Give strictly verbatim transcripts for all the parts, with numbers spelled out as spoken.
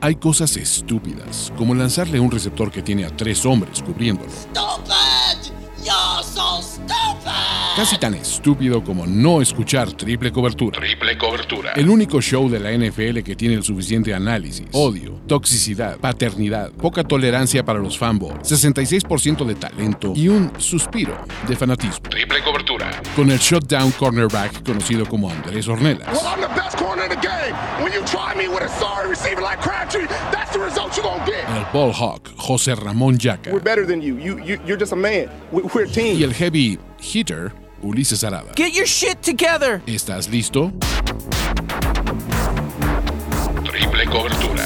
Hay cosas estúpidas, como lanzarle un receptor que tiene a tres hombres cubriéndolo. Stupid! You're so stupid! Casi tan estúpido como no escuchar Triple Cobertura. Triple Cobertura. El único show de la N F L que tiene el suficiente análisis, odio, toxicidad, paternidad, poca tolerancia para los fanboys, sesenta y seis por ciento de talento y un suspiro de fanatismo. Triple Cobertura. Con el shutdown cornerback conocido como Andrés Ornelas. Well, I'm the best corner in the game. When you try me with a sorry receiver like Crabtree, that's the result you're gonna get. El ball hawk José Ramón Yaca. We're better than you. You, you you're just a man. We, we're a team. Y el heavy hitter Ulises Arada. Get your shit together! ¿Estás listo? Triple Cobertura.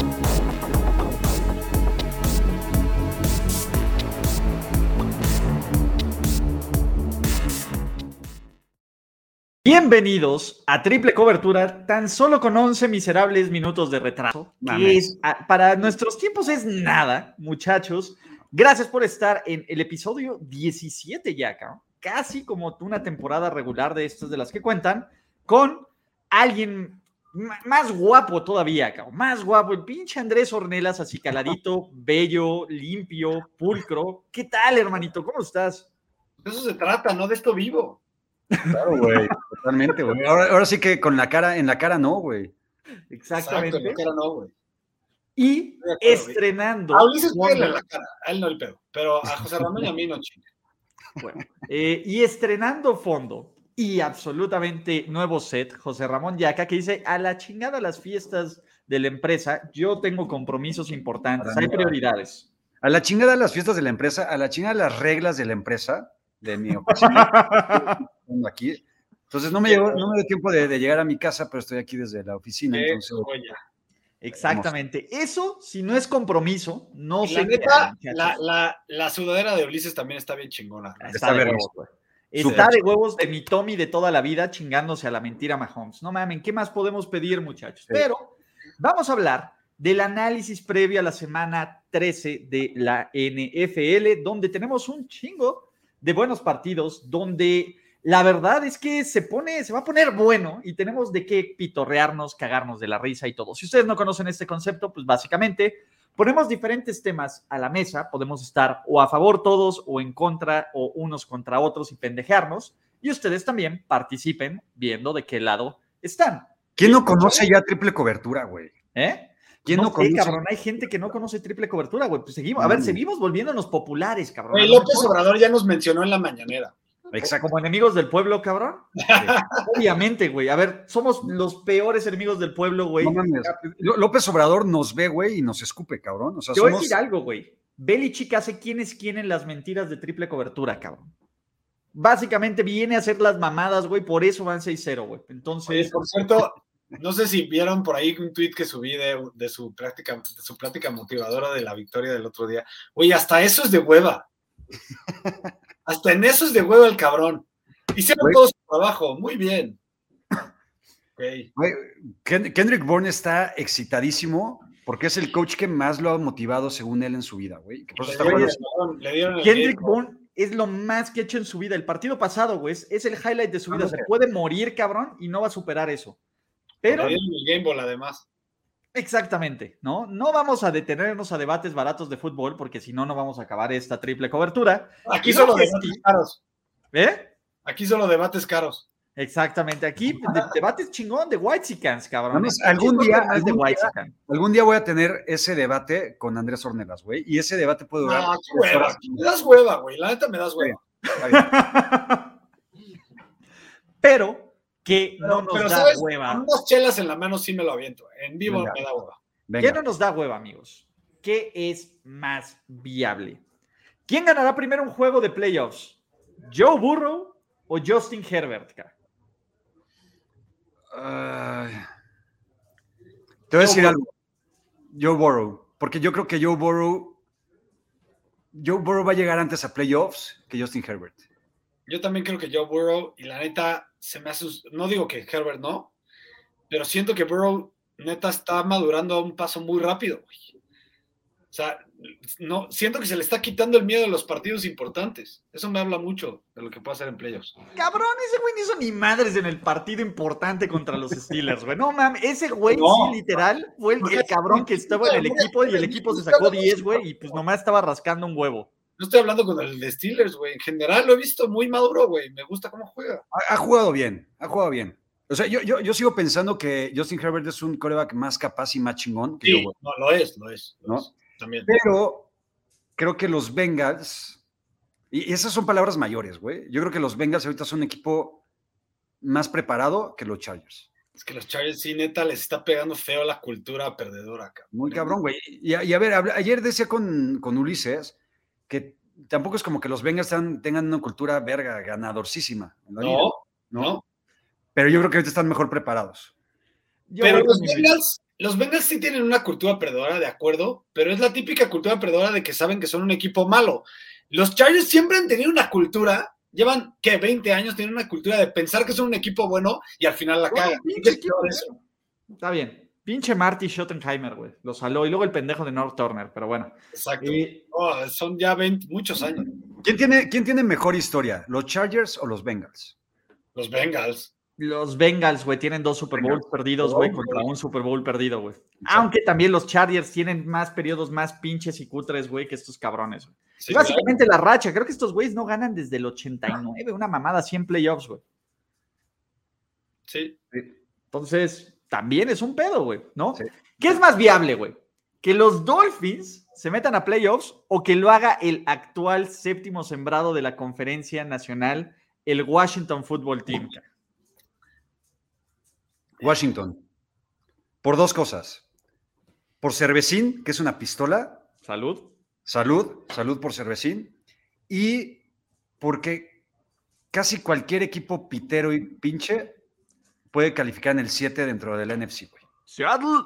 Bienvenidos a Triple Cobertura, tan solo con once miserables minutos de retraso. Que es, a, para nuestros tiempos es nada, muchachos. Gracias por estar en el episodio diecisiete ya, cabrón. Casi como una temporada regular de estas de las que cuentan, con alguien m- más guapo todavía, cabrón. Más guapo, el pinche Andrés Ornelas, así caladito, bello, limpio, pulcro. ¿Qué tal, hermanito? ¿Cómo estás? De eso se trata, no de esto vivo. Claro, güey, totalmente, güey. Ahora, ahora sí que con la cara, en la cara no, güey. Exactamente. Exacto, en la cara no, güey. Y acuerdo, estrenando. A Ulises Fondo. pégale en la cara, a él no el pedo, pero a José Ramón y a mí no chingue. Bueno, eh, y estrenando fondo y absolutamente nuevo set, José Ramón Yaca, que dice: a la chingada las fiestas de la empresa, yo tengo compromisos importantes, hay prioridades. A la chingada las fiestas de la empresa, a la chingada las reglas de la empresa, de mi oficina. Aquí. Entonces no me, llegó, no me dio tiempo de, de llegar a mi casa, pero estoy aquí desde la oficina. Qué Entonces, joya. Exactamente. Eso, si no es compromiso, no Y sé la qué neta, hay, muchachos. la, la, la sudadera de Ulises también está bien chingona. Está, está de verga. huevos, güey. Está de huevos de mi Tommy de toda la vida chingándose a la mentira Mahomes. No mamen, ¿qué más podemos pedir, muchachos? Sí. Pero vamos a hablar del análisis previo a la semana trece de la N F L, donde tenemos un chingo de buenos partidos, donde la verdad es que se pone, se va a poner bueno y tenemos de qué pitorrearnos, cagarnos de la risa y todo. Si ustedes no conocen este concepto, pues básicamente ponemos diferentes temas a la mesa, podemos estar o a favor todos o en contra o unos contra otros y pendejearnos, y ustedes también participen viendo de qué lado están. ¿quién no conoce ya triple cobertura, güey? ¿Eh? ¿Quién no, sé, conoce? cabrón, hay gente que no conoce triple cobertura, güey. Pues seguimos, a ver, Mm. seguimos volviéndonos populares, cabrón. Güey, A lo López mejor, Obrador ya nos mencionó en la mañanera. Exacto. como enemigos del pueblo, cabrón. Obviamente, güey. A ver, somos los peores enemigos del pueblo, güey. No mames. Ló- López Obrador nos ve, güey, y nos escupe, cabrón. O sea, Te voy a somos... decir algo, güey. Belichick hace quién es quién en las mentiras de triple cobertura, cabrón. Básicamente viene a hacer las mamadas, güey, por eso van seis cero, güey. Entonces, Oye, por cierto, no sé si vieron por ahí un tweet que subí de, de su práctica, de su plática motivadora de la victoria del otro día. Oye, hasta eso es de hueva. Hasta en eso es de hueva el cabrón. Hicieron Güey. todo su trabajo, muy bien. Okay. Güey, Ken- Kendrick Bourne está excitadísimo porque es el coach que más lo ha motivado, según él, en su vida, güey. Que por eso Le está dieron, jugando. le dieron el Kendrick game. Bourne es lo más que ha hecho en su vida. El partido pasado, güey, es, es el highlight de su vida. Ah, Se ok. puede morir, cabrón, y no va a superar eso. Pero, Le dieron el Game Ball, además. exactamente, ¿no? No vamos a detenernos a debates baratos de fútbol, porque si no, no vamos a acabar esta triple cobertura. Aquí Y solo lo que debates sí- caros. ¿Eh? Aquí solo debates caros. Exactamente, aquí de- debates chingón de Whitesicans, cabrón. Vamos, Aquí algún el día- podcast no es de algún día- Whitesicans. Algún día voy a tener ese debate con Andrés Ornelas, güey, y ese debate puede durar... No, qué tres hueva. horas. Me das hueva, güey. La neta me das hueva. Está bien. Pero que Pero, no nos pero, da ¿sabes? hueva. Con unas chelas en la mano sí me lo aviento. En vivo Venga. me da hueva. ¿Qué Venga. no nos da hueva, amigos? ¿Qué es más viable? ¿Quién ganará primero un juego de playoffs? ¿Joe Burrow o Justin Herbert? Cara? Ay. Te voy a decir Joe algo. Joe Burrow. Porque yo creo que Joe Burrow. Joe Burrow va a llegar antes a playoffs que Justin Herbert. Yo también creo que Joe Burrow, y la neta, se me hace. No digo que Herbert no, pero siento que Burrow, neta, está madurando a un paso muy rápido, güey. O sea, no, siento que se le está quitando el miedo a los partidos importantes. Eso me habla mucho de lo que puede hacer en playoffs. Cabrón, ese güey no hizo ni madres en el partido importante contra los Steelers, güey. No mames, ese güey No. sí, literal, fue el, el cabrón que estaba en el equipo y el equipo se sacó diez, güey, y pues nomás estaba rascando un huevo. No estoy hablando con el de Steelers, güey. En general lo he visto muy maduro, güey. Me gusta cómo juega. Ha, ha jugado bien, ha jugado bien. O sea, yo, yo, yo sigo pensando que Justin Herbert es un quarterback más capaz y más chingón que Sí, Joe Burrow, no, lo es, lo es. Lo ¿no? es, también. Pero creo que los Bengals, y esas son palabras mayores, güey. Yo creo que los Bengals ahorita son un equipo más preparado que los Chargers. Es que los Chargers, sí, neta, les está pegando feo la cultura perdedora acá. Muy cabrón, güey. Y, y a ver, ayer decía con, con Ulises que tampoco es como que los Bengals tan, tengan una cultura verga, ganadorcísima. En la vida, No, ¿no? no. Pero yo creo que ahorita están mejor preparados. Yo Pero voy los con mi- Bengals, los Bengals sí tienen una cultura perdedora, de acuerdo, pero es la típica cultura perdedora de que saben que son un equipo malo. Los Chargers siempre han tenido una cultura, llevan, ¿qué? veinte años, tienen una cultura de pensar que son un equipo bueno y al final la Bueno, cagan. pinche Es equipo, peor güey. eso. Está bien. Pinche Marty Schottenheimer, güey. Lo saló. Y luego el pendejo de North Turner, pero bueno. Exacto. Eh, Oh, son ya veinte, muchos años. ¿Quién tiene, ¿Quién tiene mejor historia, los Chargers o los Bengals? Los Bengals. Los Bengals, güey, tienen dos Super Bowls perdidos, güey, contra un Super Bowl perdido, güey. Aunque también los Chargers tienen más periodos más pinches y cutres, güey, que estos cabrones, güey. Sí, Y básicamente la racha, creo que estos güeyes no ganan desde el ochenta y nueve, una mamada así en playoffs, güey. Sí. Entonces, también es un pedo, güey, ¿no? Sí. ¿Qué es más viable, güey? ¿Que los Dolphins se metan a playoffs o que lo haga el actual séptimo sembrado de la conferencia nacional, el Washington Football Team? Washington. Por dos cosas. Por Cervecín, que es una pistola. Salud. Salud, salud por Cervecín. Y porque casi cualquier equipo pitero y pinche puede calificar en el siete dentro del N F C, güey. Seattle.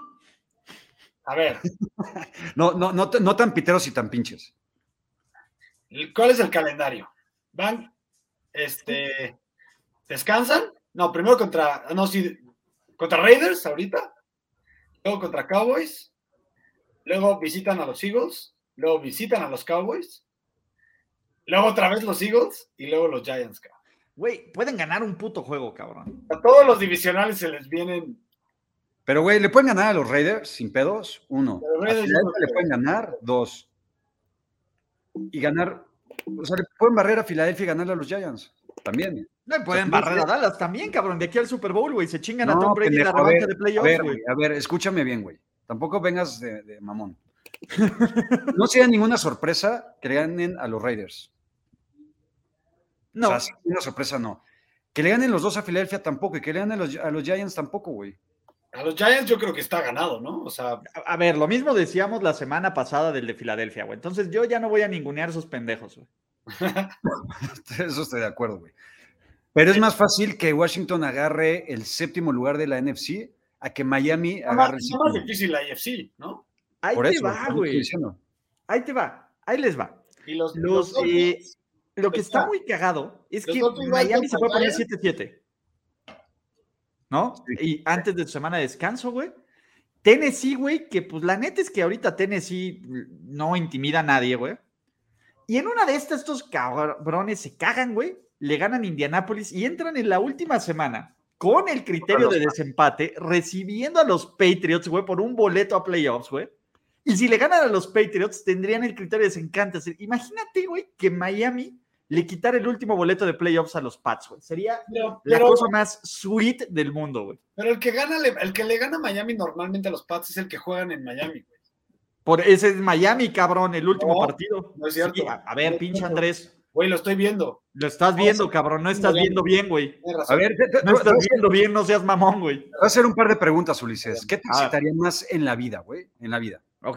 A ver, No, no, no, no tan piteros y tan pinches. ¿cuál es el calendario? ¿Van, este, descansan? No, primero contra, no, sí, contra Raiders ahorita, luego contra Cowboys, luego visitan a los Eagles, luego visitan a los Cowboys, luego otra vez los Eagles y luego los Giants, cabrón. Güey, pueden ganar un puto juego, cabrón. A todos los divisionales se les vienen. Pero, güey, ¿le pueden ganar a los Raiders sin pedos? Uno. Pero A Raiders Filadelfia no le creo. pueden ganar. Dos. Y ganar. O sea, le pueden barrer a Filadelfia y ganarle a los Giants. También. No pueden barrer a Dallas también, cabrón. De aquí al Super Bowl, güey. Se chingan a No, Tom Brady en la pendejo, a revancha ver, de a playoffs, ver, güey. güey, a ver, escúchame bien, güey. Tampoco vengas de, de mamón. No sería ninguna sorpresa que le ganen a los Raiders. No, O sea, sí, una sorpresa no. Que le ganen los dos a Filadelfia tampoco. Y que le ganen a los, a los Giants tampoco, güey. A los Giants yo creo que está ganado, ¿no? O sea, a, a ver, lo mismo decíamos la semana pasada del de Filadelfia, güey. Entonces yo ya no voy a ningunear esos pendejos, güey. Eso estoy de acuerdo, güey. Pero es más fácil que Washington agarre el séptimo lugar de la N F C a que Miami está agarre el más, está más séptimo. difícil la I F C, ¿no? Ahí Por te eso, va, es lo que estoy güey. diciendo. Ahí te va. Ahí les va. Y los, Los, los eh, Dolphins, lo que está Está. muy cagado es Los que Dolphins van Miami se contra puede poner Giants. siete siete. ¿No? Sí. Y antes de su semana de descanso, güey. Tennessee, güey, que pues la neta es que ahorita Tennessee no intimida a nadie, güey. Y en una de estas, estos cabrones se cagan, güey, le ganan a Indianápolis y entran en la última semana con el criterio de desempate, recibiendo a los Patriots, güey, por un boleto a playoffs, güey. Y si le ganan a los Patriots, tendrían el criterio de desencante. Imagínate, güey, que Miami le quitara el último boleto de playoffs a los Pats, güey. Sería Pero, la pero- cosa más sweet del mundo, güey. pero el que gana, le- el que le gana a Miami normalmente a los Pats es el que juegan en Miami, güey. Por ese es Miami, cabrón, el último No, partido. no es cierto. Sí, a, a ver, No es pinche cierto. Andrés. Güey, lo estoy viendo. Lo estás viendo, sí. cabrón. No estás Miami. viendo bien, güey. Tienes razón. A ver, te, te- No te- estás te- viendo bien, no seas mamón, güey. te voy a hacer un par de preguntas, Ulises. ¿Qué te A ver. excitaría más en la vida, güey? En la vida. Ok.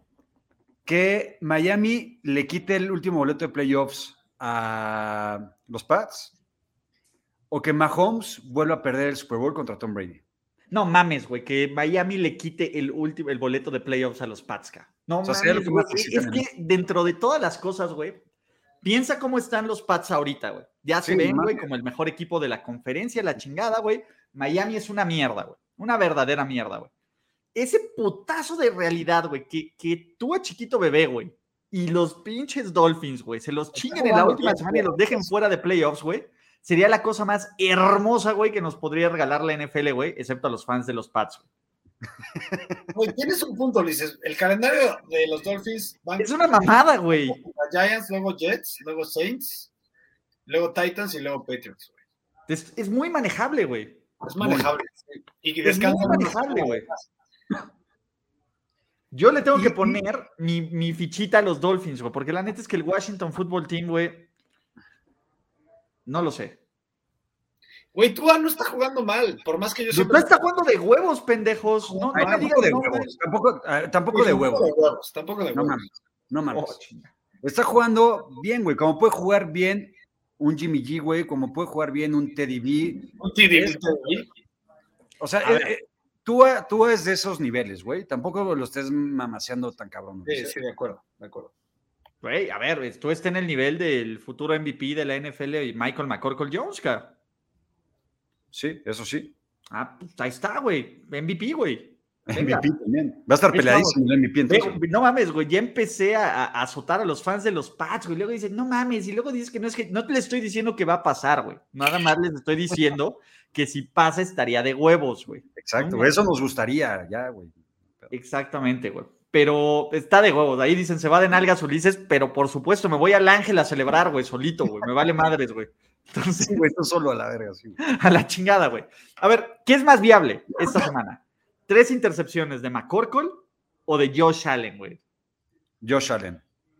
Que Miami le quite el último boleto de playoffs a los Pats o que Mahomes vuelva a perder el Super Bowl contra Tom Brady. No mames, güey, que Miami le quite el último, el boleto de playoffs a los Pats, ca. No O sea, sería lo mames, que güey. más te Es excita, que dentro de todas las cosas, güey, piensa cómo están los Pats ahorita, güey. Ya se Sí, ven, mames. güey, como el mejor equipo de la conferencia, la chingada, güey. Miami es una mierda, güey. Una verdadera mierda, güey. ese putazo de realidad, güey, que, que tú a chiquito bebé, güey, y los pinches Dolphins, güey, se los chinguen en la última semana y los dejen fuera de playoffs, güey, sería la cosa más hermosa, güey, que nos podría regalar la N F L, güey, excepto a los fans de los Pats, güey. Güey, tienes un punto, Ulises. El calendario de los Dolphins van Es una mamada, güey. Giants, luego Jets, luego Saints, luego Titans y luego Patriots, güey. Es, es muy manejable, güey. Es manejable. Sí. Y Es descansan muy unos- manejable, güey. Yo le tengo que poner mi, mi fichita a los Dolphins, güey, porque la neta es que el Washington Football Team, güey, no lo sé. Güey, Tua no está jugando mal, por más que yo Tú siempre... está jugando de huevos, pendejos. No, no Ay, me tampoco digas de nombres. huevos. Tampoco, ah, tampoco de Tampoco huevos. de huevos, tampoco de No huevos. mames. No mames. Oh, chinga. Está jugando bien, güey. Como puede jugar bien un Jimmy G, güey. Como puede jugar bien un Teddy B. Un T D, Es- un T D. O sea, A eh, ver. eh, Tua, Tua es de esos niveles, güey. Tampoco lo estés mamaseando tan cabrón. güey. Sí, sí, de acuerdo, de acuerdo. Güey, a ver, tú estás en el nivel del futuro M V P de la N F L y Michael McCorkle Jones, cara. Sí, eso sí. Ah, pues ahí está, güey. M V P, güey. Venga. M V P también. Va a estar Ahí peleadísimo el M V P Ve, entonces. no mames, güey, ya empecé a, a azotar a los fans de los Pats, güey. Luego dicen, no mames, y luego dices que no es que, no te le estoy diciendo que va a pasar, güey. Nada más les estoy diciendo que si pasa estaría de huevos, güey. Exacto, No güey, eso nos gustaría, ya, güey. Exactamente, güey. Pero está de huevos. Ahí dicen, se va de nalgas Ulises, pero por supuesto, me voy al Ángel a celebrar, güey, solito, güey. Me vale madres, güey. Entonces, Sí, güey, tú solo a la verga, sí. a la chingada, güey. A ver, ¿qué es más viable esta semana? ¿Tres intercepciones de McCorkle o de Josh Allen, güey? Josh Allen.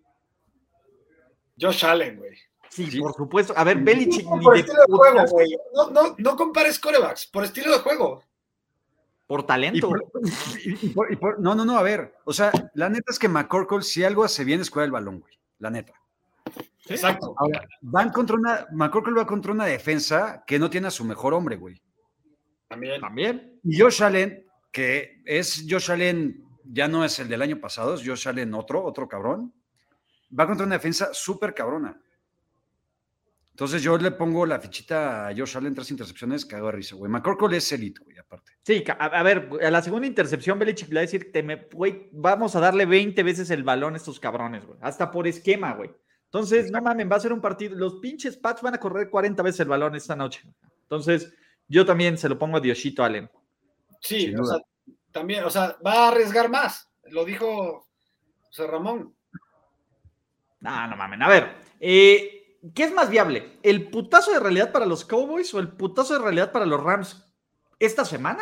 Josh Allen, güey. Sí, Sí. por supuesto. A ver, Belichick No, ni por de estilo de juego, putas, güey. No, no, no compares corebacks, por estilo de juego. por Y talento. por- y- y por- y por- no, no, no, a ver. O sea, la neta es que McCorkle, si algo hace bien, es cuidar el balón, güey. La neta. Exacto. Ahora, van contra una. McCorkle va contra una defensa que no tiene a su mejor hombre, güey. También. También. Y Josh Allen, que es Josh Allen, ya no es el del año pasado, es Josh Allen otro, otro cabrón. Va contra una defensa súper cabrona. Entonces yo le pongo la fichita a Josh Allen, tres intercepciones, cago de risa, güey. McCorkle es elite, güey, aparte. Sí, ca- a, a ver, a la segunda intercepción, Belichick le va a decir, te me, güey, vamos a darle veinte veces el balón a estos cabrones, güey. Hasta por esquema, güey. Entonces, no mames, va a ser un partido. Los pinches Pats van a correr cuarenta veces el balón esta noche. Entonces, yo también se lo pongo a Dioshito Allen. Sí, Sin o duda. sea, también, o sea, va a arriesgar más. Lo dijo José Ramón. No, no mames. A ver, eh, ¿qué es más viable? ¿El putazo de realidad para los Cowboys o el putazo de realidad para los Rams esta semana?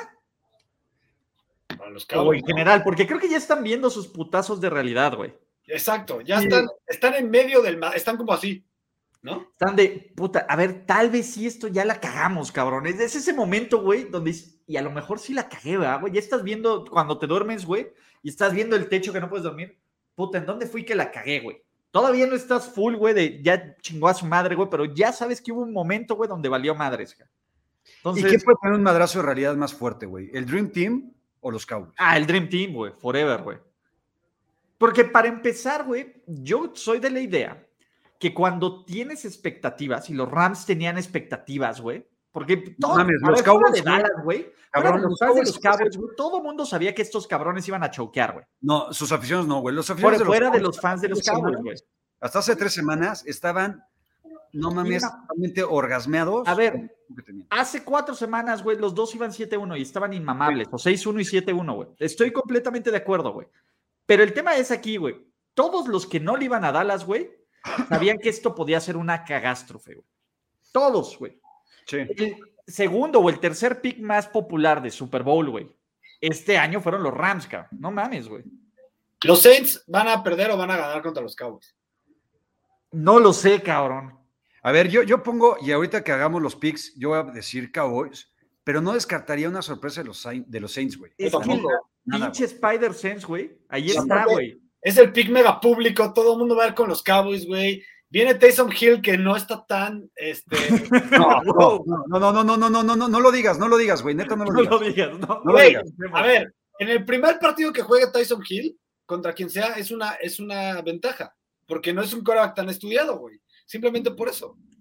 Para los O Cowboys, en ¿no? general, porque creo que ya están viendo sus putazos de realidad, güey. Exacto, ya Sí. están, están en medio del ma- están como así, ¿no? Están de, puta, a ver, tal vez sí esto ya la cagamos, cabrón. Es, es ese momento, güey, donde, dices, y a lo mejor sí la cagué, ¿verdad, güey? Ya estás viendo, cuando te duermes, güey, y estás viendo el techo que no puedes dormir, puta, ¿en dónde fui que la cagué, güey? Todavía no estás full, güey, de ya chingó a su madre, güey, pero ya sabes que hubo un momento, güey, donde valió madres, güey. Entonces, ¿Y qué puede tener un madrazo de realidad más fuerte, güey? ¿El Dream Team o los Cowboys? ah, el Dream Team, güey, forever, güey. Porque para empezar, güey, yo soy de la idea que cuando tienes expectativas, y los Rams tenían expectativas, güey, porque todo, mames, a los ver, fuera Cowboys, de güey, Dallas, güey, fuera cabrón, de los los fans de Cowboys, los Cowboys, güey, todo el mundo sabía que estos cabrones iban a choquear, güey. No, sus aficiones no, güey. Los Fuera, aficionados de los fuera de Cowboys, los fans de los hasta hace Cowboys, tres güey. semanas- Hasta hace tres semanas estaban, no mames, Mira. totalmente orgasmeados. A ver. con lo que tenían. Hace cuatro semanas, güey, los dos iban siete uno y estaban inmamables, o seis uno y siete uno, güey. Estoy completamente de acuerdo, güey. Pero el tema es aquí, güey. Todos los que no le iban a Dallas, güey, sabían que esto podía ser una cagástrofe, güey. Todos, güey. Sí. El segundo o el tercer pick más popular de Super Bowl, güey, este año fueron los Rams, cabrón. No mames, güey. ¿Los Saints van a perder o van a ganar contra los Cowboys? No lo sé, cabrón. A ver, yo, yo pongo, y ahorita que hagamos los picks, yo voy a decir Cowboys, pero no descartaría una sorpresa de los, Saints- de los Saints, güey. Es Yo que tampoco. el Nada, pinche Spider-Sense, güey, ahí Sí, está, porque- güey. Es el pick mega público, todo el mundo va a ir con los Cowboys, güey. Viene Taysom Hill, que no está tan, este, No, no, no, no, no, no, no, no, no, no, no lo digas, no lo digas, güey, neta no lo No digas. lo digas, no. No lo güey, digas. a ver, en el primer partido que juegue Taysom Hill, contra quien sea, es una, es una ventaja, porque no es un quarterback tan estudiado, güey. Simplemente por eso.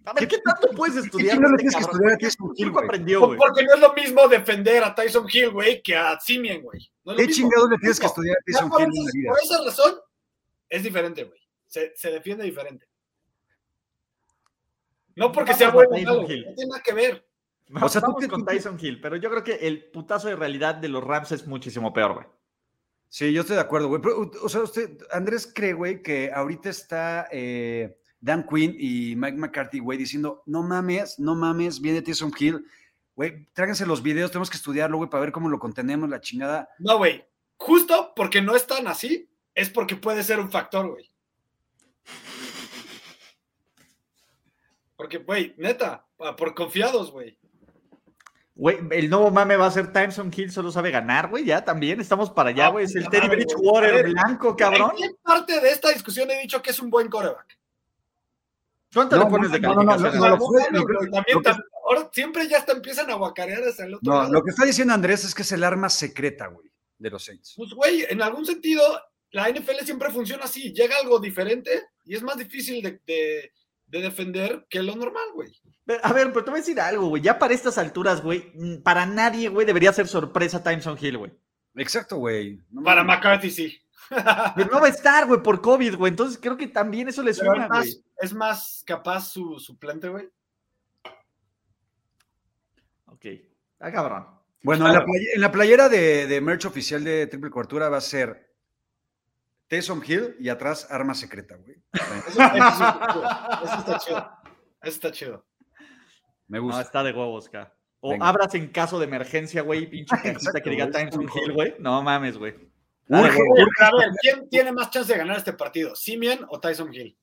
A ver, ¿qué tanto puedes estudiar? no le este tienes que cabrón? estudiar a ¿Qué Tyson Hill, poco güey? aprendió, Por- güey? Porque no es lo mismo defender a Tyson Hill, güey, que a Simeon, güey. No es lo ¿Qué mismo. chingados le tienes que No, estudiar a ya Tyson por, Hill en esas- la vida? por esa razón, es diferente, güey. Se, se defiende diferente. No porque Vamos sea a bueno o Tyson malo, Hill. no tiene nada que ver. O sea, tú vamos te- con tú te- Tyson Hill, pero yo creo que el putazo de realidad de los Rams es muchísimo peor, güey. Sí, yo estoy de acuerdo, güey. Pero, o sea, usted, Andrés cree, güey, que ahorita está eh, Dan Quinn y Mike McCarthy, güey, diciendo, no mames, no mames, viene Tyson Hill. Güey, tráiganse los videos, tenemos que estudiarlo, güey, para ver cómo lo contenemos, la chingada. No, güey. Justo porque no es tan así, es porque puede ser un factor, güey. Porque, güey, neta, por confiados, güey. Güey, el nuevo mame va a ser Tyson Hill, solo sabe ganar, güey, ya también estamos para allá, No, güey. Es el puta Teddy madre, güey. Bridgewater A ver, blanco, cabrón. ¿En qué parte de esta discusión he dicho que es un buen quarterback? ¿Cuánto No, le pones no, de no, no, no, calificación? no, a lo Rams? fue- mames, lo que- güey, también lo que- tam- ahora siempre ya hasta empiezan a guacarear hacia el otro No, lado. lo que está diciendo Andrés es que es el arma secreta, güey, de los Saints. Pues, güey, en algún sentido, la N F L siempre funciona así. Llega algo diferente y es más difícil de, de, de defender que lo normal, güey. A ver, pero te voy a decir algo, güey. Ya para estas alturas, güey, mm, para nadie, güey, debería ser sorpresa Tyson Hill, güey. Exacto, güey. No Para mames. McCarthy, sí. Pero no va a estar, güey, por COVID, güey. Entonces creo que también eso le Pero suma, es güey. más, es más capaz su suplente, güey. Ok, está cabrón. Bueno, en la, play- en la playera de, de merch oficial de Triple Cobertura va a ser Tyson Hill y atrás arma secreta, güey. Eso, eso sí está chido. Eso está chido. Eso está chido. Me No, gusta. está de huevos, ca. O Venga. abras en caso de emergencia, güey, pinche cajita Exacto, que diga güey, Tyson está Hill, güey. No mames, güey. Urge, Está de huevos. Oye, pero a ver, ¿quién tiene más chance de ganar este partido? ¿Simeon o Tyson Hill?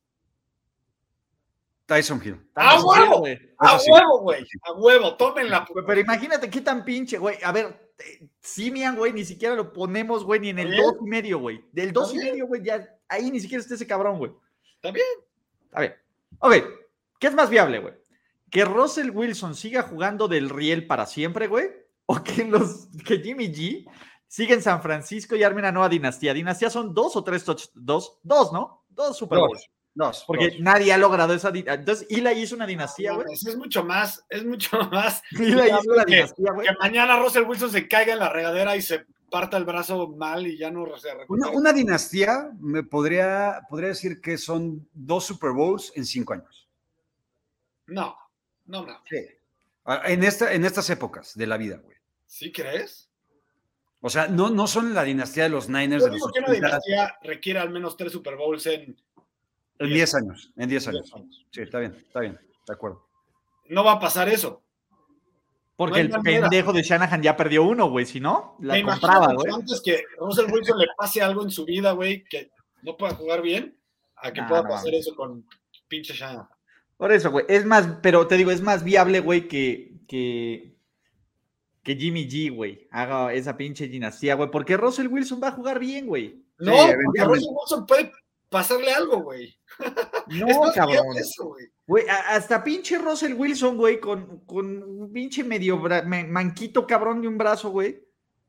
Tyson Hill. ¡A Tyson Hill, huevo! güey. ¡A Eso sí. huevo, güey! ¡A huevo! Tómenla. Güey, Pero imagínate qué tan pinche, güey. A ver, eh, Simian, güey, ni siquiera lo ponemos, güey, ni en el ¿Está bien? dos y medio, güey. Del dos y bien? medio, güey, ya ahí ni siquiera está ese cabrón, güey. Está bien. A ver. Ok, ¿qué es más viable, güey? ¿Que Russell Wilson siga jugando del riel para siempre, güey? ¿O que, los, que Jimmy G siga en San Francisco y arme una nueva dinastía? ¿Dinastía son dos o tres touch? Dos, dos, ¿no? Dos Super Bowls. Dos. Dos. Porque dos. nadie ha logrado esa dinastía. Entonces, Eli hizo una dinastía, güey. Es mucho más, es mucho más. Eli hizo una que, dinastía, güey. que mañana Russell Wilson se caiga en la regadera y se parta el brazo mal y ya no se recupera. Una, una dinastía, me podría, podría decir que son dos Super Bowls en cinco años. No, no, no. Ah, En, esta, en estas épocas de la vida, güey. ¿Sí crees? O sea, no, no son la dinastía de los Niners Yo de los digo que una ochenta, dinastía requiere al menos tres Super Bowls en... en diez años. En diez años. diez años. Sí, está bien, está bien, de acuerdo. No va a pasar eso. Porque No hay el manera. pendejo de Shanahan ya perdió uno, güey. Si no, la Me imagino compraba, mucho güey. antes que Russell Wilson le pase algo en su vida, güey, que no pueda jugar bien, a que No, pueda no pasar mames. eso con pinche Shanahan. Por eso, güey. Es más, pero te digo, es más viable, güey, que, que, que Jimmy G, güey, haga esa pinche dinastía, güey. Porque Russell Wilson va a jugar bien, güey. No, Sí, porque a eventualmente. Russell Wilson puede pasarle algo, güey. No, Es más cabrón. viable eso, güey. Güey, a- hasta pinche Russell Wilson, güey, con, con un pinche medio bra- me- manquito cabrón de un brazo, güey.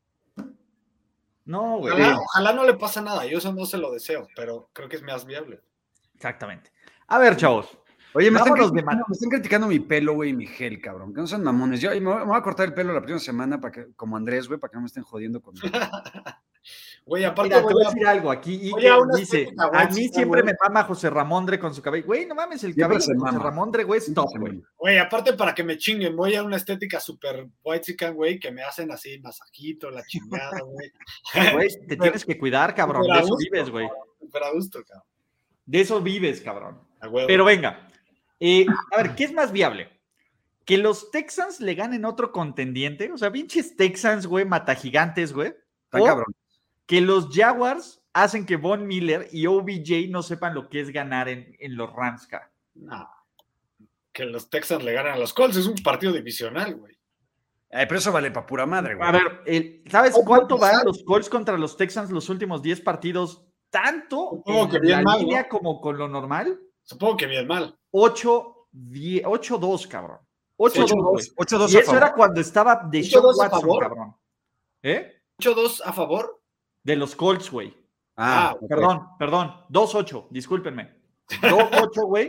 No, güey. Ojalá, ojalá no le pasa nada, yo eso no se lo deseo, pero creo que es más viable. Exactamente. A ver, chavos. Oye, me están, Vámonos de criticando, ma- me están criticando mi pelo, güey, y mi gel, cabrón. Que no sean mamones. Yo me voy, me voy a cortar el pelo la próxima semana para que, como Andrés, güey, para que no me estén jodiendo con. Güey, aparte Mira, te voy voy a a- decir algo aquí. Y voy a una dice, estética a mí guachita, siempre güey. me mama José Ramondre con su cabello. Güey, no mames, el Siempre cabello se de José mama. Ramondre, güey, es top, güey. Güey, aparte para que me chinguen, voy a una estética super white chican, güey, que me hacen así masajito, la chingada, güey. Güey, te tienes que cuidar, cabrón. Súper De a eso gusto, vives, güey. Súper a gusto, cabrón. De eso vives, cabrón. A huevo. Pero venga. eh, a ver, ¿qué es más viable? ¿Que los Texans le ganen otro contendiente? O sea, pinches Texans, güey, mata gigantes, güey. Tan O cabrón. que los Jaguars hacen que Von Miller y O B J no sepan lo que es ganar en, en los Rams, cara. No. Que los Texans le ganan a los Colts, es un partido divisional, güey. Ay, pero eso vale para pura madre, güey. A ver, el- ¿sabes ¿Cómo cuánto puede van pasar? los Colts contra los Texans los últimos diez partidos? Tanto Supongo que en bien la mal, línea ¿no? como con lo normal. Supongo que bien mal. ocho dos, cabrón. ocho dos, güey. ocho dos Y a eso favor. era cuando estaba de ¿ocho Sean dos a Watson, favor? cabrón. ¿Eh? ocho dos a favor. De los Colts, güey. Ah, Ah, ok. Perdón, perdón. dos ocho, discúlpenme. dos ocho, güey.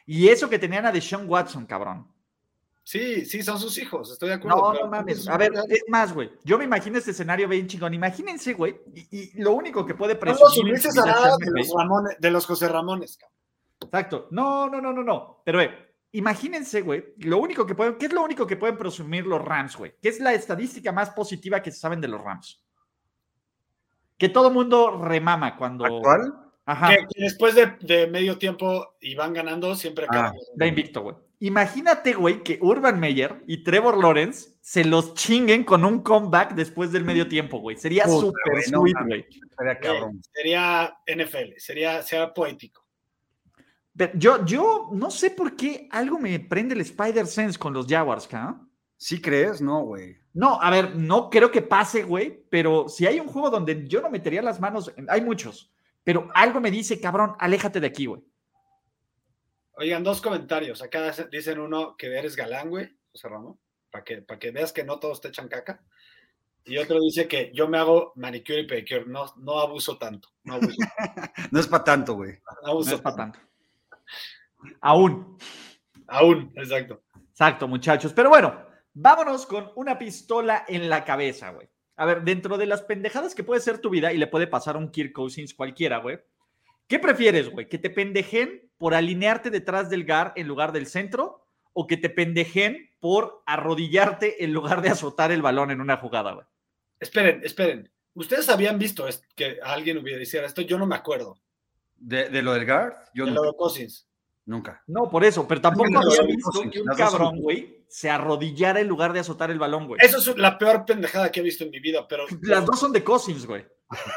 Y eso que tenían a Deshaun Watson, cabrón. Sí, sí, son sus hijos, estoy de acuerdo. No, pero- no mames. A ver, es más, güey. Yo me imagino este escenario bien chingón. Imagínense, güey. Y, y lo único que puede Son presumir... los Ulises en su vida Arada Sean de McVay- los, Ramones, de los José Ramones, cabrón. Exacto. No, no, no, no, no. Pero, güey, imagínense, güey, lo único que pueden, ¿qué es lo único que pueden presumir los Rams, güey? ¿Qué es la estadística más positiva que se saben de los Rams? Que todo mundo remama cuando... ¿Actual? Ajá, Que, que después de, de medio tiempo y van ganando, siempre Ah. acaban. da invicto, güey. Imagínate, güey, que Urban Meyer y Trevor Lawrence se los chinguen con un comeback después del medio tiempo, güey. Sería Puta, súper güey, no sweet, mames. güey. Estaría cabrón. Sería N F L, sería, sería poético. Pero yo, yo no sé por qué algo me prende el Spider-Sense con los Jaguars, ¿no? ¿Sí crees? No, güey. No, a ver, no creo que pase, güey, pero si hay un juego donde yo no metería las manos, hay muchos, pero algo me dice, cabrón, aléjate de aquí, güey. Oigan, dos comentarios. Acá dicen uno que eres galán, güey, José Ramón, para que, para que veas que no todos te echan caca. Y otro dice que yo me hago manicure y pedicure, no, no abuso tanto. No abuso, No es para tanto, güey. no abuso No es para tanto. tanto. Aún. Aún, exacto. Exacto, muchachos. Pero bueno, vámonos con una pistola en la cabeza, güey. A ver, dentro de las pendejadas que puede ser tu vida y le puede pasar a un Kirk Cousins cualquiera, güey. ¿Qué prefieres, güey? ¿Que te pendejen por alinearte detrás del guard en lugar del centro? ¿O que te pendejen por arrodillarte en lugar de azotar el balón en una jugada, güey? Esperen, esperen. ¿Ustedes habían visto esto, que alguien hubiera hiciera esto? Yo no me acuerdo. ¿De, de lo del guard? Yo De lo nunca. de Cousins. Nunca. No, por eso, pero tampoco Las dos había son visto Cousins, que un las dos son cabrón, güey, se arrodillara en lugar de azotar el balón, güey. Eso es la peor pendejada que he visto en mi vida, pero. Las dos son de Cousins, güey.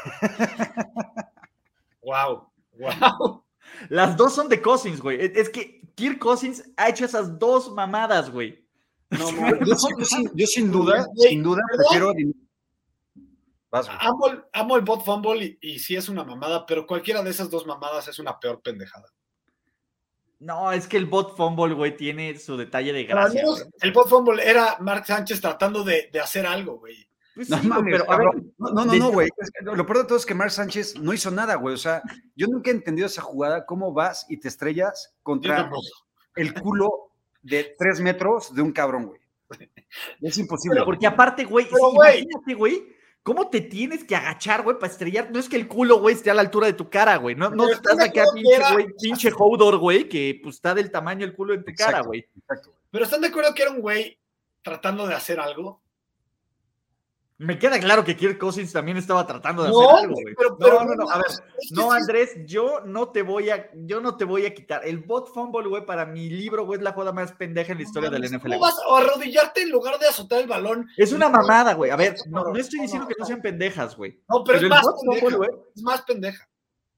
Wow, wow. Las dos son de Cousins, güey. Es es que Kirk Cousins ha hecho esas dos mamadas, güey. No, Yo, mames. yo sin- yo sin, yo sin duda, Güey, sin duda, ¿perdón? prefiero. Vas, güey. Amo el, amo el bot fumble y, y sí es una mamada, pero cualquiera de esas dos mamadas es una peor pendejada. No, es que el bot fumble, güey, tiene su detalle de Pero al gracia. menos güey. el bot fumble era Mark Sánchez tratando de, de hacer algo, güey. Pues No sí, güey, mames, pero a ver, cabrón. No, no, no, de- no, güey. Es que Lo peor de todo es que Mark Sánchez no hizo nada, güey. O sea, yo nunca he entendido esa jugada, cómo vas y te estrellas Yo contra tampoco. el culo de tres metros de un cabrón, güey. Es imposible. porque aparte, güey, Pero, sí, güey. imagínate, güey, ¿cómo te tienes que agachar, güey, para estrellar? No es que el culo, güey, esté a la altura de tu cara, güey. No, no Pero estás ¿estás de acá, acuerdo que pinche, era- güey, pinche Hodor, güey, que pues está del tamaño del culo en tu cara, Exacto, güey. exacto. Pero ¿están de acuerdo que era un güey tratando de hacer algo? Me queda claro que Kirk Cousins también estaba tratando de No, hacer algo, güey, güey. pero- No, pero no, no, a ver, es que no, sí- Andrés, yo no te voy a, yo no te voy a quitar. El bot fumble, güey, para mi libro, güey, es la jugada más pendeja en la historia del N F L. ¿Cómo güey. vas a arrodillarte en lugar de azotar el balón? Es una mamada, güey. A ver, No, no, no estoy no, diciendo no, que no no. sean pendejas, güey. No, pero, Pero el es más bot fumble, pendeja. güey. Es más pendeja.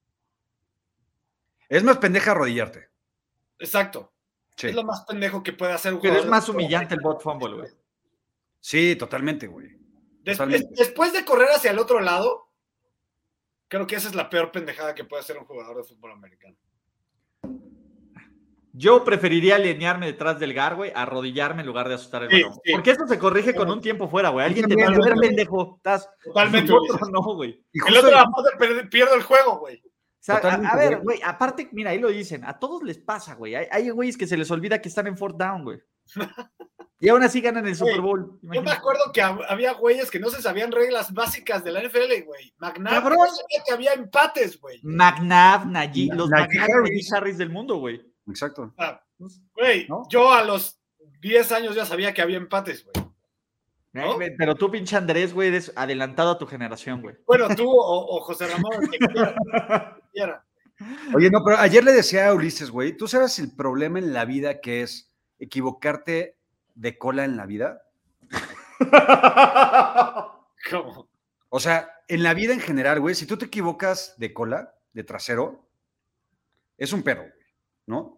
Es más pendeja arrodillarte. Exacto. Sí, Es lo más pendejo que puede hacer un Pero es jugador. más humillante el bot fumble, güey. sí, totalmente, güey. Des- Totalmente. des- después de correr hacia el otro lado, creo que esa es la peor pendejada que puede hacer un jugador de fútbol americano. Yo preferiría alinearme detrás del gar, güey, arrodillarme en lugar de asustar el Sí, balón. sí. Porque eso se corrige con un tiempo fuera, güey. Alguien te también, dice, a ver, también. pendejo, estás. Totalmente, El otro Ulises. no, güey. Y El justo- otro aparte pierde, pierde el juego, güey. O sea, a, Totalmente, a ver, güey. güey, aparte, mira, ahí lo dicen, a todos les pasa, güey. Hay, hay güeyes que se les olvida que están en fourth down, güey. Y aún así ganan el Güey, Super Bowl. Yo me imagínate. acuerdo que hab- había güeyes que no se sabían reglas básicas de la N F L, güey. McNabb Cabrón. no sabía que había empates, güey. McNabb, Najee, los Najee McNabb, Harris. Najee Harris del mundo, güey. Exacto. Ah, Güey, ¿No? yo a los diez años ya sabía que había empates, güey. ¿No? Eh, güey, Pero tú, pinche Andrés, güey, eres adelantado a tu generación, güey. Bueno, tú o, o José Ramón, el que quiera, el que quiera. Oye, no, pero ayer le decía a Ulises, güey, ¿tú sabes el problema en la vida que es equivocarte de cola en la vida? ¿Cómo? O sea, en la vida en general, güey, si tú te equivocas de cola, de trasero, es un pedo, güey, ¿no?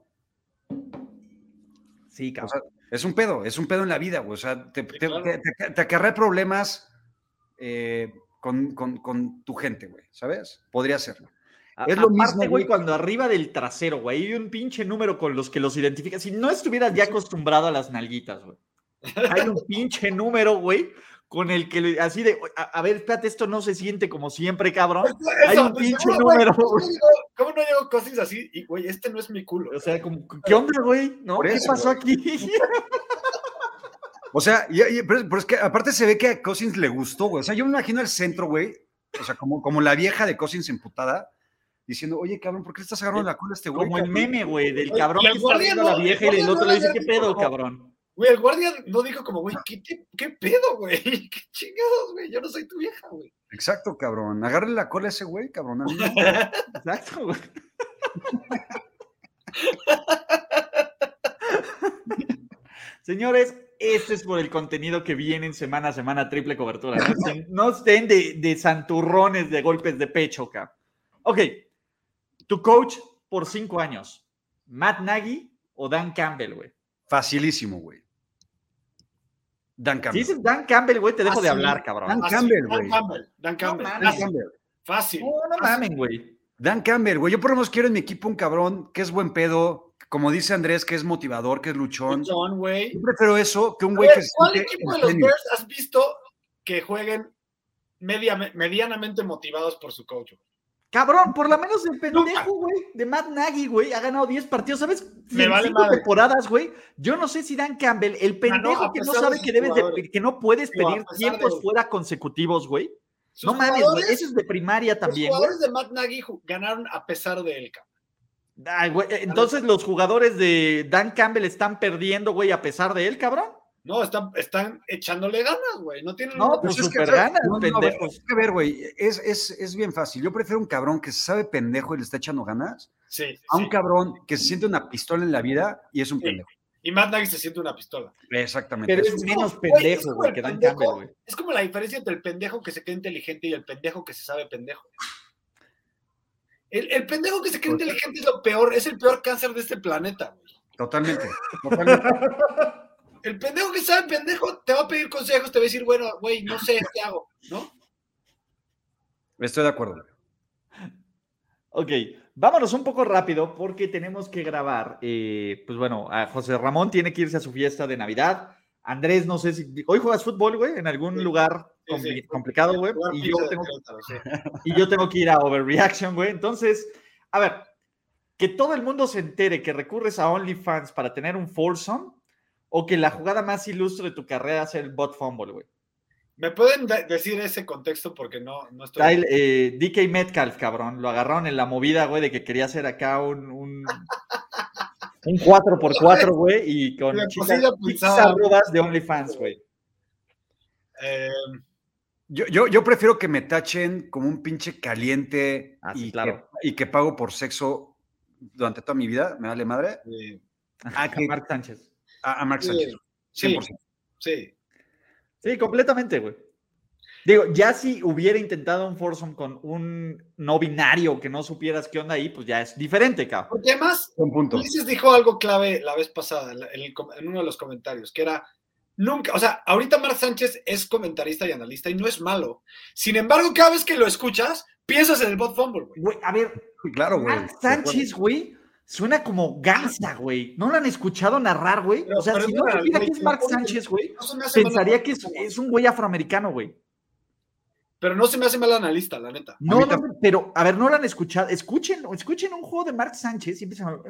Sí, O cabrón. sea, es un pedo, es un pedo en la vida, güey. O sea, te, Sí, te, claro. te- te- te acarrea problemas eh, con, con- con tu gente, güey, ¿sabes? Podría ser. A- es lo aparte, mismo, güey, güey. cuando arriba del trasero, güey, hay un pinche número con los que los identificas. Si no estuvieras ya acostumbrado a las nalguitas, güey. Hay un pinche número, güey, con el que le- así de, a, a ver, espérate, esto no se siente como siempre, cabrón. Eso, Hay un pues, pinche seguro, güey, número, ¿cómo, güey. no llegó- ¿Cómo no llegó Cousins así? Y, güey, este no es mi culo. O sea, como, ¿qué onda, güey? ¿No? Por ¿Qué eso, pasó güey. aquí? O sea, y- y- pero, pero es que aparte se ve que a Cousins le gustó, güey. O sea, yo me imagino el centro, güey. O sea, como, como la vieja de Cousins emputada, diciendo, oye, cabrón, ¿por qué le estás agarrando la cola a este güey? Como el cabrón?" meme, güey, del Oye, cabrón y el que está guardia viendo a la no- vieja el y el guardia otro no le dice, le ¿qué dijo, pedo, no. cabrón? Güey, el guardia no dijo como, güey, ¿qué, qué, qué pedo, güey? ¿Qué chingados, güey? Yo no soy tu vieja, güey. Exacto, cabrón. Agárrale la cola a ese güey, cabrón. A mí no. Exacto, güey. Señores, este es por el contenido que viene en semana a semana, triple cobertura. No estén, no estén de, de santurrones, de golpes de pecho, cabrón. Ok, tu coach por cinco años, Matt Nagy o Dan Campbell, güey. Facilísimo, güey. Dan Si Campbell. dices Dan Campbell, güey, te dejo Ah, de sí. hablar, cabrón. Dan Así, Campbell, Dan güey. Campbell, Dan Campbell. mames. Dan fácil, Campbell. fácil. No, no fácil. mamen, güey. Dan Campbell, güey. Yo por lo menos quiero en mi equipo un cabrón que es buen pedo, como dice Andrés, que es motivador, que es luchón. John, güey. Yo prefiero eso que un A güey ver, que se ¿cuál siente equipo de en los tenis. Bears has visto que jueguen media, medianamente motivados por su coach? Güey? Cabrón, por lo menos el pendejo, güey, de Matt Nagy, güey, ha ganado diez partidos, ¿sabes? Me En vale cinco madre. temporadas, güey. Yo no sé si Dan Campbell, el pendejo a que no pesar de sabe sus que debes de, jugadores. que no puedes Digo, a pedir pesar tiempos de- fuera consecutivos, güey. Sus No mames, güey, jugadores- eso es de primaria Los también, güey. jugadores de Matt Nagy ju- ganaron a pesar de él, cabrón. Ay, güey, entonces los jugadores de Dan Campbell están perdiendo, güey, a pesar de él, cabrón. No, están, están echándole ganas, güey. No tienen. No, una- pues es que, súper ¿sabes? ganas, No, no, a ver, pendejos. hay que ver, güey, es, es, es bien fácil. Yo prefiero un cabrón que se sabe pendejo y le está echando ganas Sí, a un sí. cabrón que se siente una pistola en la vida y es un Sí. pendejo. Y Matt Nagy se siente una pistola. Exactamente. Pero eso. es menos Güey, es pendejo, como güey, el que Dan pendejo- Campbell, güey. Es como la diferencia entre el pendejo que se cree inteligente y el pendejo que se sabe pendejo. El, el pendejo que se cree inteligente es lo peor, es el peor cáncer de este planeta, güey. Totalmente. Totalmente. El pendejo que sabe pendejo te va a pedir consejos, te va a decir, bueno, güey, no sé qué hago, ¿no? Estoy de acuerdo. Ok, vámonos un poco rápido porque tenemos que grabar. eh, pues bueno, a José Ramón tiene que irse a su fiesta de Navidad. Andrés, no sé si. ¿Hoy juegas fútbol, güey? En algún Sí, lugar sí, compli- sí. complicado, güey. Jugar Y pizza yo de tengo Querétaro, sí. y yo tengo que ir a Overreaction, güey. Entonces, a ver, que todo el mundo se entere que recurres a OnlyFans para tener un foursome o que la jugada más ilustre de tu carrera sea el bot fumble, güey. ¿Me pueden de- decir ese contexto? Porque no, no estoy... Está el eh, D K Metcalf, cabrón. Lo agarraron en la movida, güey, de que quería hacer acá un... un... Un cuatro por cuatro, güey, y con La chicas, cosilla chicas pulsada. arrobas de OnlyFans, güey. Eh, Yo, yo, yo prefiero que me tachen como un pinche caliente Ah, sí, y, claro. que, y que pago por sexo durante toda mi vida, me vale madre, eh, A que- Mark Sánchez. a, a Mark Sí, Sánchez. sí. cien por ciento. sí. Sí, completamente, güey. Digo, ya si hubiera intentado un foursome con un no binario que no supieras qué onda ahí, pues ya es diferente, cabrón. Porque además, Buen punto. Ulises dijo algo clave la vez pasada en, el com- en uno de los comentarios, que era, nunca, o sea, ahorita Marc Sánchez es comentarista y analista y no es malo. Sin embargo, cada vez que lo escuchas, piensas en el bot fumble, güey. Güey, a ver, Claro, güey. Mark Sánchez, güey, suena como Gansa, güey. ¿No lo han escuchado narrar, güey? Pero- O sea, pero si no mira, supiera güey, que es Mark no se- Sánchez, güey, no se me hace mal pensaría que es, analista, es un güey afroamericano, güey. Pero no se me hace mal analista, la neta. No, mí no, no, pero, a ver, no lo han escuchado. Escuchen, escuchen un juego de Mark Sánchez y empiezan a...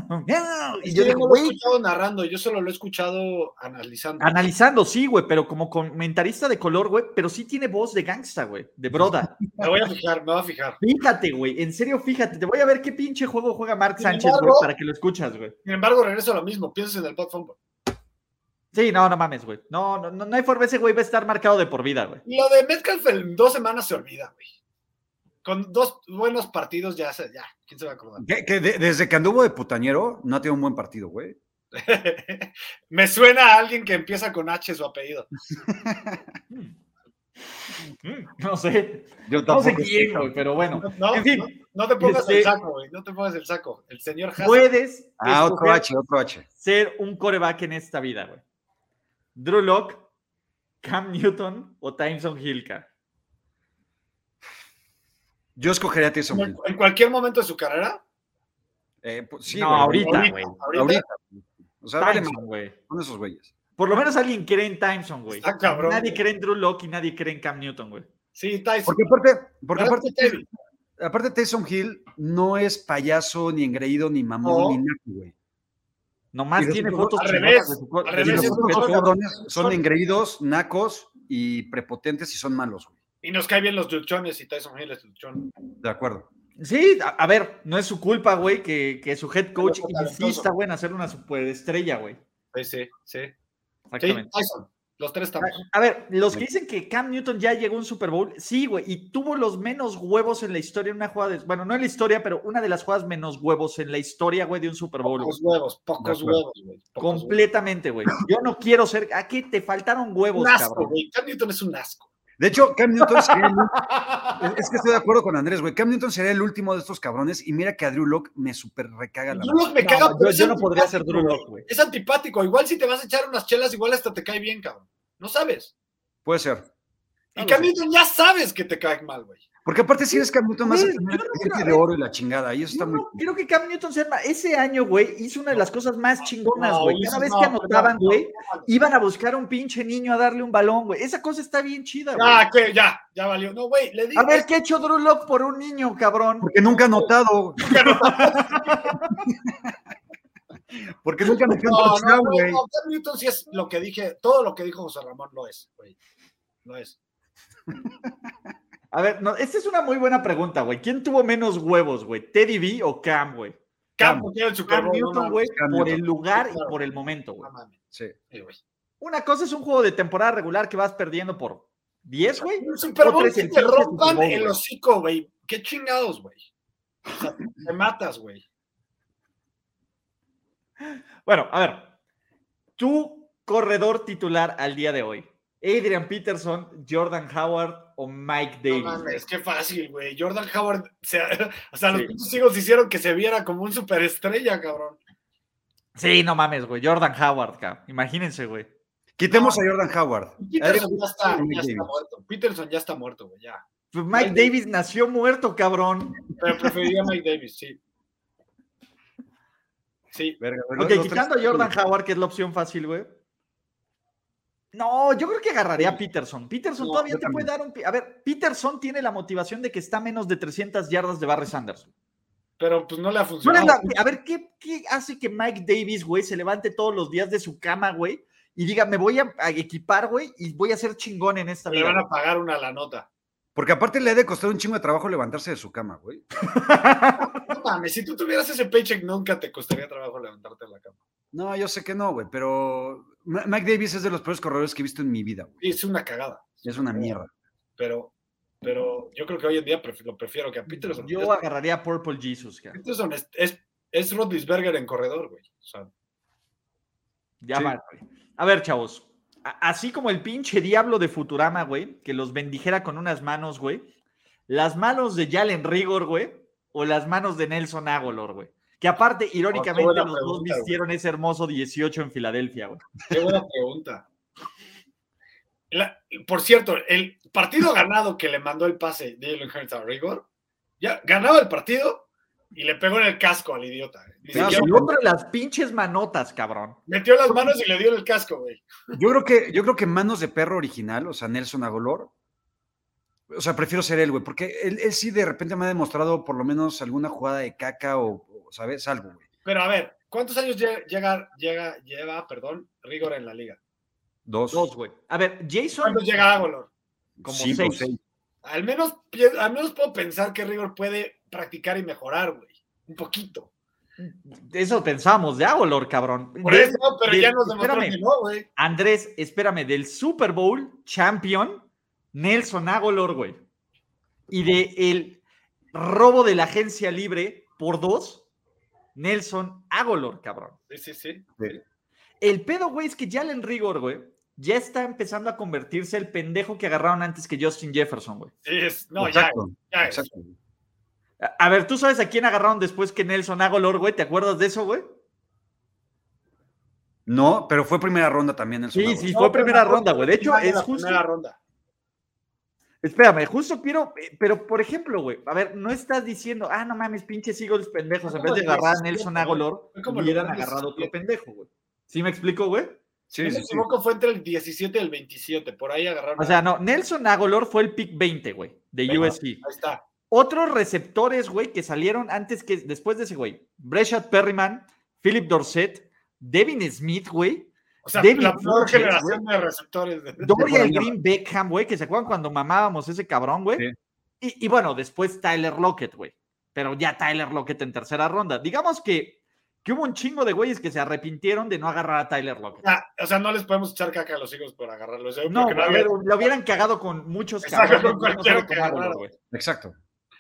Y Y yo yo digo, no lo he güey, escuchado narrando, yo solo lo he escuchado analizando. analizando, sí, güey, pero como comentarista de color, güey, pero sí tiene voz de gangsta, güey, de broda. Me voy a fijar, me voy a fijar. Fíjate, güey, en serio, fíjate, te voy a ver qué pinche juego juega Mark Sin Sánchez, güey, embargo- para que lo escuchas, güey. Sin embargo, regreso a lo mismo, piensas en el bot fumble. Sí, no, no mames, güey. No, no, no, no hay forma, ese güey va a estar marcado de por vida, güey. Lo de Metcalf en dos semanas se olvida, güey. Con dos buenos partidos ya, se- ya, ¿quién se va a acordar? Que, que de- desde que anduvo de putañero, no ha tenido un buen partido, güey. Me suena a alguien que empieza con H su apellido. Mm, No sé, Yo no sé tampoco. quién, güey, pero bueno. No, En fin, no, no te pongas este- el saco, güey. No te pongas el saco. El señor Haas. puedes Ah, otro escoger H, otro H. ser un coreback en esta vida, güey. Drew Lock, Cam Newton o Tyson Hill, ca. Yo escogería a Tyson en, Hill. en cualquier momento de su carrera. Eh, pues, sí, No, güey. ahorita, Ahorita, güey. ahorita. Ahorita. O sea, vale Tyson, más güey. con esos güeyes. Por lo menos alguien cree en Tyson, güey. Está cabrón, Nadie güey. cree en Drew Lock y nadie cree en Cam Newton, güey. Sí, Tyson. Porque aparte, porque Pero aparte, es que Teddy. aparte Taysom Hill no es payaso, ni engreído, ni mamón, No. ni naco, güey. Nomás Y los tiene otros- fotos al chingonas revés, de su co- al de Y revés, su los es coche. otros son- cabrones son son- engreídos, nacos y prepotentes y son malos, güey. Y nos caen bien los luchones y Tyson Hill es luchón. De acuerdo. Sí, a, a ver, no es su culpa, güey, que, que su head coach Pero fue talentoso. insista, güey, en hacer una superestrella, güey. Sí, sí, sí. Sí, Exactamente. Tyson. Los tres estamos. A, a ver, los que dicen que Cam Newton ya llegó a un Super Bowl, sí, güey, y tuvo los menos huevos en la historia en una jugada, de, bueno, no en la historia, pero una de las jugadas menos huevos en la historia, güey, de un Super Bowl. Pocos güey. huevos, pocos De acuerdo. huevos, güey. Pocos Completamente, güey. Yo no quiero ser. Aquí te faltaron huevos. huevos, Un asco, cabrón. güey. Cam Newton es un asco. De hecho, Cam Newton sería el, es- es que estoy de acuerdo con Andrés, güey. Cam Newton sería el último de estos cabrones y mira que a Drew Lock me super recaga la Drew madre. Lock me No, caga, yo- pero es yo no podría ser antipático, Drew Lock, güey. güey. Es antipático. Igual si te vas a echar unas chelas, igual hasta te cae bien, cabrón. No sabes. Puede ser. Y No lo Cam sé. Newton ya sabes que te cae mal, güey. Porque aparte si eres Cam Newton más a Güey, tener yo no gente creo- de oro y la chingada. Y eso Yo está muy... no creo que Cam Newton sea ma- ese año, güey, hizo una de las cosas más chingonas, No, güey. hizo- Cada vez no, que anotaban, no, güey, no, iban a buscar a un pinche niño a darle un balón, güey. Esa cosa está bien chida, güey. Ah, que ya, ya valió. No, güey, le dije. A ver, ¿qué ha hecho Drew Lock por un niño, cabrón? Porque nunca ha notado. Porque nunca me quedó No, no, touchdown, no, güey. no, Cam Newton sí es lo que dije, todo lo que dijo José Ramón lo es, güey. Lo es. A ver, no, esta es una muy buena pregunta, güey. ¿Quién tuvo menos huevos, güey? ¿Teddy B o Cam, güey? Cam, Cam. porque era el Super Cam Bowl, no Newton, mames, güey, Cam por Newton. el lugar Sí, y claro. por el momento, No güey. mames. Sí. Sí, güey. Una cosa es un juego de temporada regular que vas perdiendo por diez, güey. Un Super Bowl Otra es que el te pinche Super rompan Bowl, el güey. hocico, güey. Qué chingados, güey. O sea, te matas, güey. Bueno, a ver. Tu corredor titular al día de hoy. Adrian Peterson, Jordan Howard o Mike No Davis. mames, qué fácil, güey. Jordan Howard, se, o sea, los Sí. pinches hijos hicieron que se viera como un superestrella, cabrón. Sí, no mames, güey. Jordan Howard, cabrón. Imagínense, güey. Quitemos a Jordan Howard. Peterson ya está, Mike ya está Davis. muerto. Peterson ya está muerto, güey, ya. Pues Mike Mike Davis nació muerto, cabrón. Pero preferiría a Mike Davis, sí. Sí. Verga, Ok, los- los quitando a tres- Jordan Howard, que es la opción fácil, güey. No, yo creo que agarraría a Peterson. Peterson No, todavía yo te puede dar un... pi- A ver, Peterson tiene la motivación de que está a menos de trescientas yardas de Barry Sanders. Pero pues no le ha ¿Cuál es funcionado. la- A ver, ¿qué, ¿qué hace que Mike Davis, güey, se levante todos los días de su cama, güey, y diga, me voy a, a equipar, güey, y voy a ser chingón en esta Le vida? van a pagar una la nota. Porque aparte le ha de costar un chingo de trabajo levantarse de su cama, güey. No mames, si tú tuvieras ese paycheck, nunca te costaría trabajo levantarte de la cama. No, yo sé que no, güey, pero Ma- Mike Davis es de los peores corredores que he visto en mi vida, güey. Sí, es una cagada. Es una mierda. Pero, pero yo creo que hoy en día pref- lo prefiero que a Peterson. Yo Es- agarraría a Purple Jesus, cara. Peterson es, es, es Roethlisberger en corredor, güey. O sea, Ya Sí. va, güey. A ver, chavos. A- Así como el pinche diablo de Futurama, güey, que los bendijera con unas manos, güey. Las manos de Jalen Rigor, güey, o las manos de Nelson Agholor, güey. Que aparte, irónicamente, buena los dos pregunta, güey. vistieron ese hermoso dieciocho en Filadelfia, güey. qué buena pregunta. La- por cierto, el partido ganado que le mandó el pase de Jalen Hurts a Rigor, ya ganaba el partido y le pegó en el casco al idiota. Ni No, siquiera- El otro de las pinches manotas, cabrón. metió las manos y le dio en el casco, güey. Yo creo que, yo creo que Manos de Perro original, o sea, Nelson Agholor, o sea, prefiero ser él, güey, porque él, él sí de repente me ha demostrado por lo menos alguna jugada de caca o, o, ¿sabes? Algo, güey. Pero a ver, ¿cuántos años lle- llega, llega, lleva, perdón, Rigor en la liga? Dos. Dos, güey. A ver, Jason, ¿Cuántos llega Agholor? como Cinco, seis. seis. Al menos, pi- al menos puedo pensar que Rigor puede practicar y mejorar, güey. Un poquito. Eso pensamos de Agholor, cabrón. Por De- eso, pero de- ya nos demostró espérame. que no, güey. Andrés, espérame, del Super Bowl champion, Nelson Agholor, güey. Y de el robo de la agencia libre por dos, Nelson Agholor, cabrón. Sí, sí, sí. El pedo, güey, es que Jalen Rigor, güey, ya está empezando a convertirse el pendejo que agarraron antes que Justin Jefferson, güey. Sí, es, no, Exacto, ya, ya es. exacto. A, a ver, ¿tú sabes a quién agarraron después que Nelson Agholor, güey? ¿Te acuerdas de eso, güey? No, pero fue primera ronda también Nelson Sí, Agholor. sí, No, fue pero primera la- ronda, güey. De hecho, la es justo... primera ronda. Espérame, justo quiero, eh, pero por ejemplo, güey, a ver, no estás diciendo, ah, no mames, pinches Eagles pendejos, en vez de agarrar a Nelson Agholor, Fue como el hubieran lugar agarrado otro diecisiete. pendejo, güey. ¿Sí me explico, güey? Si no Sí, me sí, sí. equivoco, fue entre el diecisiete y el veintisiete. Por ahí agarraron. O sea, no, Nelson Agholor fue el pick veinte, güey, de Venga, U S C. Ahí está. Otros receptores, güey, que salieron antes que después de ese, güey. Breshad Perryman, Philip Dorsett, Devin Smith, güey. O sea, David la peor Funchess, generación de receptores. De... Dorial Green Beckham, güey, que se acuerdan cuando mamábamos ese cabrón, güey. Sí. Y, y bueno, después Tyler Lockett, güey. Pero ya Tyler Lockett en tercera ronda. Digamos que, que hubo un chingo de güeyes que se arrepintieron de no agarrar a Tyler Lockett. Ah, o sea, no les podemos echar caca a los hijos por agarrarlo. O sea, No, porque a había- ver, lo hubieran cagado con muchos Exacto, cabrones, con güey, no cualquiera solo que con Agholor, agarraron. güey. Exacto.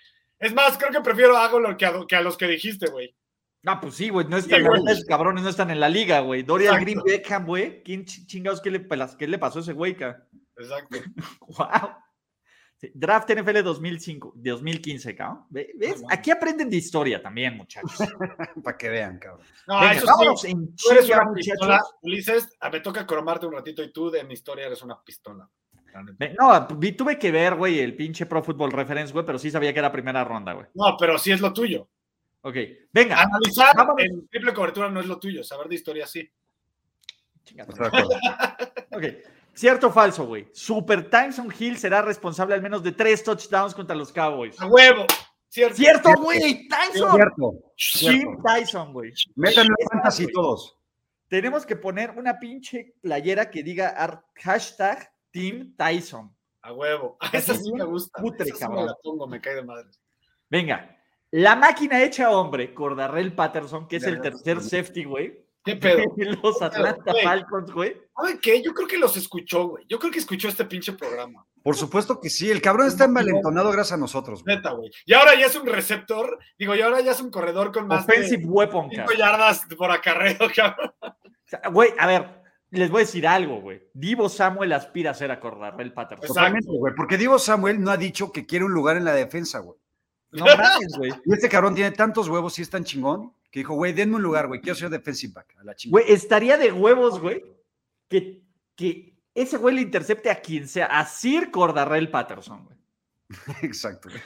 Es más, creo que prefiero a Agholor que a, que a los que dijiste, güey. Ah, pues sí, güey, no están, Sí, güey. esos cabrones no están en la liga, güey. Dorial Exacto. Green Beckham, güey. ¿Quién ch- chingados qué le, pelas- qué le pasó a ese güey, ca? Exacto. Wow. Sí, Draft N F L dos mil cinco, dos mil quince, cabrón. Ve- ¿Ves? No, no. Aquí aprenden de historia también, muchachos. Para que vean, cabrón. No, Venga, eso vámonos sí. en Tú eres chinga, una pistola, muchachos. Ulises. ah, Me toca cromarte un ratito y tú de mi historia eres una pistola. La neta. Ve- No, vi- tuve que ver, güey, el pinche Pro Football Reference, güey, pero sí sabía que era primera ronda, güey. No, pero sí es lo tuyo. Ok, venga. Analizar vámonos. en triple cobertura no es lo tuyo. Saber de historia sí. Chingada. Estoy de acuerdo. Ok, cierto o falso, güey. Super Tyson Hill será responsable al menos de tres touchdowns contra los Cowboys. A huevo. Cierto. Cierto, güey, Tyson. Cierto. Jim Cierto. Tyson, güey. Métanlo en Es fantasy güey. todos. Tenemos que poner una pinche playera que diga ar- hashtag Team Tyson. A huevo. Esa sí me gusta. Putre, Esa sí cabrón. me la pongo, me cae de madre. Venga, la máquina hecha hombre, Cordarrelle Patterson, que es el Ya, tercer sí. safety, güey. ¿Qué pedo? de los Atlanta güey? Falcons, güey. ¿Saben qué? Yo creo que los escuchó, güey. Yo creo que escuchó este pinche programa. Por supuesto que sí. El cabrón está envalentonado gracias a nosotros, güey. Neta, güey. Y ahora ya es un receptor. Digo, y ahora ya es un corredor con más Offensive de weapon, cinco cabrón. yardas por acarreo, cabrón. O sea, güey, a ver, les voy a decir algo, güey. Divo Samuel aspira a ser a Cordarrelle Patterson. Exacto. Totalmente, güey. Porque Divo Samuel no ha dicho que quiere un lugar en la defensa, güey. No mames, güey. Y este cabrón tiene tantos huevos y es tan chingón que dijo, güey, denme un lugar, güey. Quiero ser defensive back. A la chingada. Güey, estaría de huevos, güey, que, que ese güey le intercepte a quien sea, a Sir Cordarrelle Patterson, güey. Exacto, güey.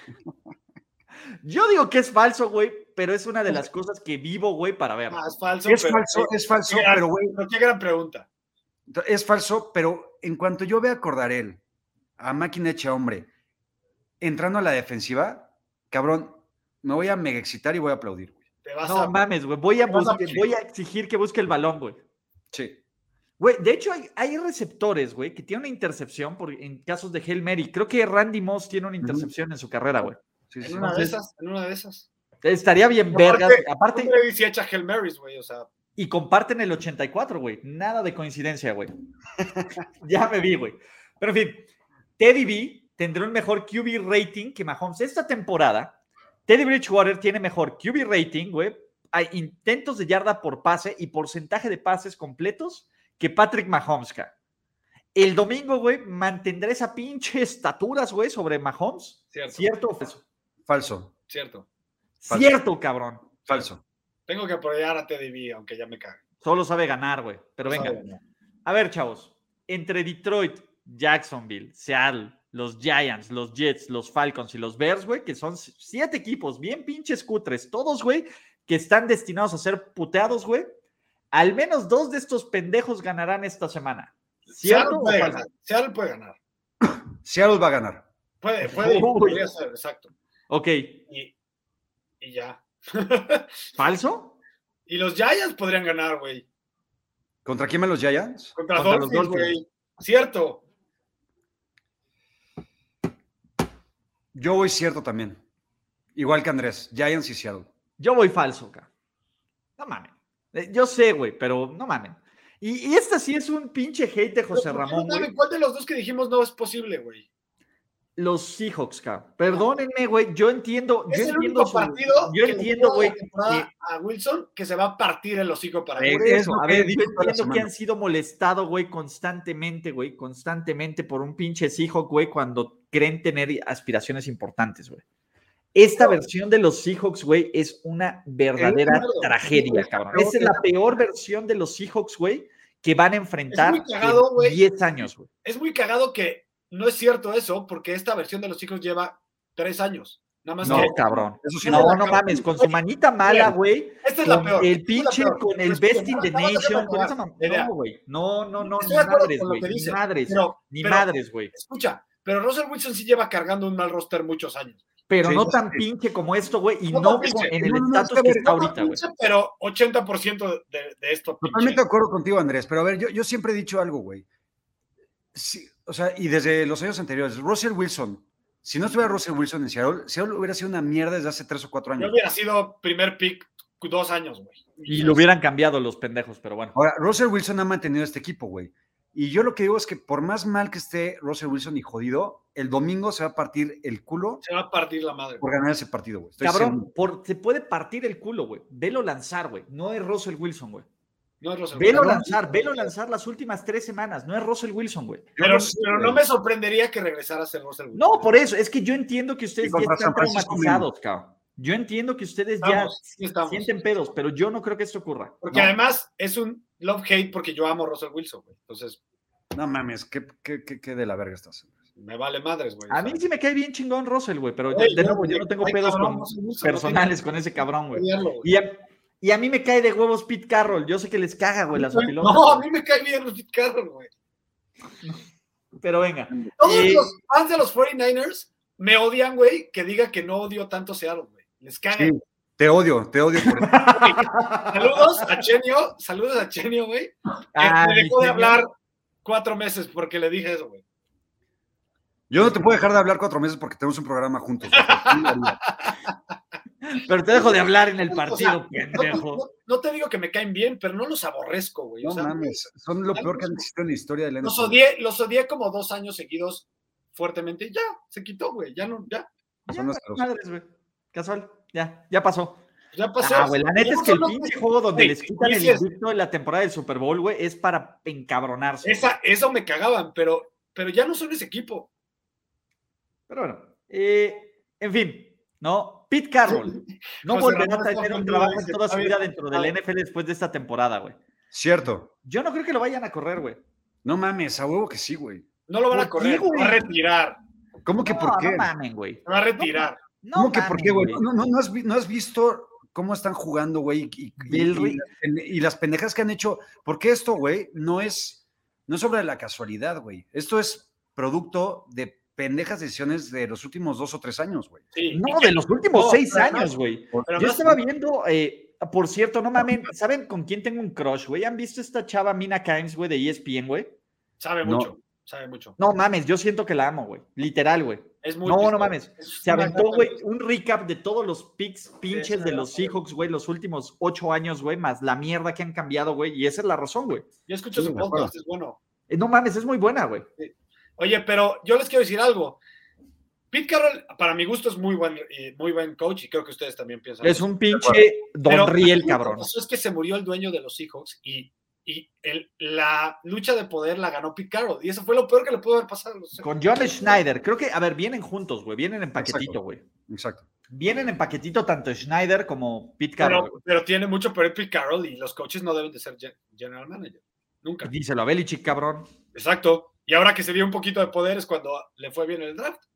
Yo digo que es falso, güey, pero es una de las cosas que vivo, güey, para ver. Ah, es falso. Es pero- falso, es falso, qué gran- pero, güey, pero qué gran pregunta. es falso, pero en cuanto yo vea a Cordarel, a máquina hecha hombre, entrando a la defensiva, cabrón, me voy a mega excitar y voy a aplaudir, güey. Te vas No a... mames, güey, voy a, vas a- busque- voy a exigir que busque el balón, güey. Sí. Güey, de hecho hay, hay receptores, güey, que tienen una intercepción por, en casos de Hail Mary. Creo que Randy Moss tiene una intercepción en su carrera, güey. Sí, sí. En una de Entonces- esas, en una de esas. Estaría bien Aparte- vergas. Aparte, Hombre, si echa Hail Marys, güey, o sea, y comparten el ochenta y cuatro, güey. Nada de coincidencia, güey. Ya me vi, güey. Pero en fin, Teddy B tendrá un mejor Q B rating que Mahomes esta temporada. Teddy Bridgewater tiene mejor Q B rating, güey. Hay intentos de yarda por pase y porcentaje de pases completos que Patrick Mahomes, ca. El domingo, güey, mantendrá esa pinche estaturas, güey, sobre Mahomes. cierto, ¿Cierto o falso? Falso, cierto. Falso. Cierto, cabrón. falso. Tengo que apoyar a Teddy B, aunque ya me cague. Solo sabe ganar, güey. Pero venga. A ver, chavos. Entre Detroit, Jacksonville, Seattle, los Giants, los Jets, los Falcons y los Bears, güey, que son siete equipos bien pinches cutres, todos, güey, que están destinados a ser puteados, güey. Al menos dos de estos pendejos ganarán esta semana. Seattle ¿Cierto o puede falso? ganar. Seattle puede ganar. Seattle va a ganar. Puede, puede, y Uy. podría ser, exacto. Ok. Y, y ya. ¿Falso? Y los Giants podrían ganar, güey. ¿Contra quién van los Giants? Contra, Contra los Dolphins, Dolphins. güey. Cierto. Yo voy cierto también. Igual que Andrés, Giants y Seattle. Yo voy falso, ca. No mames. Eh, Yo sé, güey, pero no mames. Y, y esta sí es un pinche hate de José ¿Por qué Ramón, no saben güey. ¿Cuál de los dos que dijimos no es posible, güey? Los Seahawks, ca. Perdónenme, güey. Yo entiendo. Es Yo el entiendo único su- partido Yo que le entiendo, queda güey. la temporada que- a Wilson que se va a partir el hocico para Eh, Por Wilson. es eso, lo a que ver, digo yo toda la entiendo que semana. han sido molestados, güey, constantemente, güey, constantemente por un pinche Seahawk, güey, cuando creen tener aspiraciones importantes, güey. Esta versión de los Seahawks, güey, es una verdadera Claro. tragedia, Es la cabrón. peor- Esa es la peor versión de los Seahawks, güey, que van a enfrentar Es muy cagado, en güey. diez años, güey. Es muy cagado que no es cierto eso, porque esta versión de los hijos lleva tres años. Nada más No, que, cabrón. Eso sí No, no, no cabrón. mames, con su manita mala, güey. Esta es la Con peor. el esta es la pinche, peor. con el Escucha, best in the nada más déjame nation, con acabar esa mam- la idea. No, güey. No, no, no, Estoy ni de acuerdo madres, con lo güey. que Ni dice, madres. pero- Ni pero- madres, güey. Escucha, pero Russell Wilson sí lleva cargando un mal roster muchos años. Pero Sí, no sí, tan sí. pinche como esto, güey. Y No no, tan pinche. con- en el No, no, no, estatus es que, que a ver, está No tan ahorita, güey. pinche, pero ochenta por ciento de, de esto pinche. Totalmente de acuerdo contigo, Andrés, pero a ver, yo, yo siempre he dicho algo, güey. Sí, o sea, y desde los años anteriores, Russell Wilson, si no estuviera Russell Wilson en Seattle, Seattle hubiera sido una mierda desde hace tres o cuatro Yo años. hubiera sido primer pick dos años, güey. Y lo hubieran cambiado los pendejos, pero bueno. Ahora, Russell Wilson ha mantenido este equipo, güey. Y yo lo que digo es que por más mal que esté Russell Wilson y jodido, el domingo se va a partir el culo Se va a partir la madre. por ganar ese partido, güey. Estoy Cabrón, seguro. por, se puede partir el culo, güey. Velo lanzar, güey. No es Russell Wilson, güey. No es Russell Velo Wilson. lanzar, velo lanzar las últimas tres semanas. No es Russell Wilson, güey. Pero, Yo no sé, pero no güey. me sorprendería que regresara a ser Russell Wilson. No, por eso. Es que yo entiendo que ustedes Y ya contra están San Francisco traumatizados, cabrón. Yo entiendo que ustedes Estamos, sí ya estamos. sienten pedos, pero yo no creo que esto ocurra. Porque No. además es un love-hate porque yo amo a Russell Wilson, güey. Entonces, No mames, ¿qué, qué, qué, qué de la verga estás? me vale madres, güey. A O mí sea, sí me cae bien chingón Russell, güey, pero Güey, de yo- nuevo yo no tengo ay, pedos cabrón, con Russell Wilson, no personales tiene- con ese cabrón, güey. odiarlo, güey. Y a, y a mí me cae de huevos Pete Carroll. Yo sé que les caga, güey, la sopilota. No, a mí me cae bien los Pete Carroll, güey. Pero venga. Todos Eh, los fans de los cuarenta y nueve ers me odian, güey, que diga que no odio tanto Seattle, güey. Les cagan. Sí, te odio, te odio por eso. Saludos a Chenio, saludos a Chenio, güey. que Ah, me mi dejó de Chenio. hablar cuatro meses porque le dije eso, güey. Yo no te puedo dejar de hablar cuatro meses porque tenemos un programa juntos. güey. Sí, lo haría. Pero te dejo de hablar en el O partido, sea, no, pendejo. no- no te digo que me caen bien, pero no los aborrezco, güey. O No sea, mames, son lo peor que han existido en la historia de la los N F L. odié, los odié como dos años seguidos fuertemente. Ya, se quitó, güey. Ya no, ya. Ya, Son asquerosos. madres, güey. Casual. Ya, ya pasó. Ya pasó. Ah, güey, la neta Ya es que el no- pinche juego donde Güey, les quitan el dices, invicto de la temporada del Super Bowl, güey, es para encabronarse. Esa, eso me cagaban, pero, pero ya no son ese equipo. Pero bueno, eh, en fin, ¿no? Pete Carroll no José volverá a Ramón está tener un ofendido, trabajo en dice, toda está su bien, vida dentro del está N F L después de esta temporada, güey. Cierto. Yo no creo que lo vayan a correr, güey. No mames, a huevo que sí, güey. No lo van a ¿Por qué, correr, güey? va a retirar. ¿Cómo que No, por qué? no mamen, güey. Va a retirar. No ¿Cómo que por mamen, qué, güey? No, no, no has, vi- no has visto cómo están jugando, güey, y, y- Del y- ri- y- y las pendejas que han hecho. Porque esto, güey, no es, no es sobre la casualidad, güey. Esto es producto de pendejas decisiones de los últimos dos o tres años, güey. Sí, No, y que- de los últimos no, seis pero además- años, güey. pero Yo además- estaba viendo, eh, por cierto, no mamen, ¿saben con quién tengo un crush, güey? ¿Han visto esta chava Mina Kimes, güey, de E S P N, güey? Sabe No. mucho, sabe mucho. No mames, yo siento que la amo, güey. Literal, güey. Es muy No, no pistola. mames. Es Se una aventó, gata, güey, un recap de todos los picks pinches Sí, de sí, los sí. Seahawks, güey, los últimos ocho años, güey, más la mierda que han cambiado, güey. Y esa es la razón, güey. Yo escucho Sí, su me acuerdo. podcast, es bueno. Eh, No mames, es muy buena, güey. Oye, pero yo les quiero decir algo. Pete Carroll, para mi gusto, es muy buen, eh, muy buen coach y creo que ustedes también piensan. Es eso. un pinche Pero Don Riel, lo que cabrón. pasó es que se murió el dueño de los Seahawks y, y el- la lucha de poder la ganó Pete Carroll. Y eso fue lo peor que le pudo haber pasado a los Con John Schneider. Creo que, a ver, vienen juntos, güey. Vienen en paquetito, Exacto. güey. Exacto. Vienen en paquetito tanto Schneider como Pete Pero, Carroll. güey. pero tiene mucho poder Pete Carroll y los coaches no deben de ser gen- general manager. Nunca. Díselo a Belichick, cabrón. Exacto. Y ahora que se dio un poquito de poder es cuando le fue bien el draft.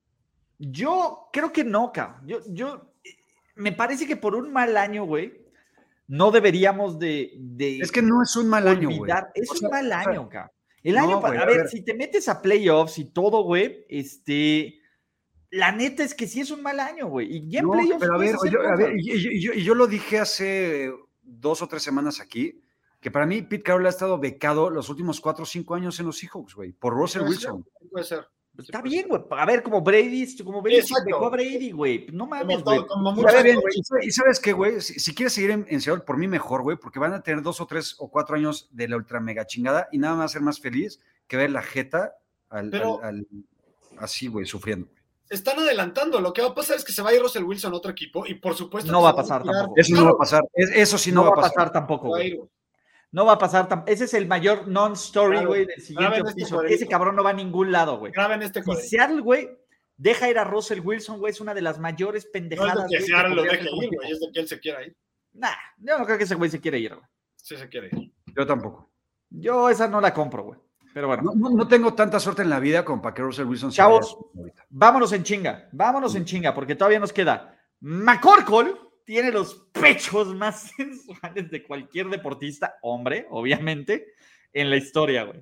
Yo creo que no, cabrón. Yo, yo, eh, me parece que por un mal año, güey, no deberíamos de, de Es que no es un mal año, güey. olvidar. Es O un sea, mal o sea, año, cabrón. El no, año, pa- güey, a a ver, ver. si te metes a playoffs y todo, güey, este, la neta es que sí es un mal año, güey. Y ya en No, playoffs pero a puedes ver, hacer yo, a ver, cosas. y, y- y yo, y yo lo dije hace dos o tres semanas aquí, que para mí Pete Carroll ha estado becado los últimos cuatro o cinco años en los Seahawks, güey, por Russell Puede Wilson. ser, Puede ser. Está puede bien, ser. güey. A ver, como Brady, como Brady exacto. dejó a Brady, güey. No mames, Como, güey. todo- como Y muchos a ver, coaches. y sabes- y sabes qué, güey, si, si quieres seguir en, en Seattle, por mí mejor, güey, porque van a tener dos o tres o cuatro años de la ultra mega chingada y nada más va a ser más feliz que ver la jeta al, Pero- al- al- así, güey, sufriendo. Están adelantando. Lo que va a pasar es que se va a ir Russell Wilson a otro equipo y por supuesto. No que va a se pasar retirar. tampoco. Eso no va a pasar, es- eso sí no, no va a pasar tampoco, Se va a güey. ir, güey. No va a pasar. tam- Ese es el mayor non-story, Graben- güey, del siguiente graben este oficio. cuadrito. Ese cabrón no va a ningún lado, güey. Graben este Si cuadrito. Seattle, güey, deja ir a Russell Wilson, güey, es una de las mayores No es pendejadas. de que güey, Seattle lo podría deje hacer como ir, equipo. güey. Es de que él se quiera ir. Nah, yo no creo que ese güey se quiere ir, güey. Sí se quiere ir. Yo tampoco. Yo esa no la compro, güey. Pero bueno. No, no, no tengo tanta suerte en la vida como para que Russell Wilson se Chavos, vaya ahorita. vámonos en chinga, vámonos en chinga, porque todavía nos queda. McCorkle tiene los pechos más sensuales de cualquier deportista, hombre, obviamente, en la historia, güey.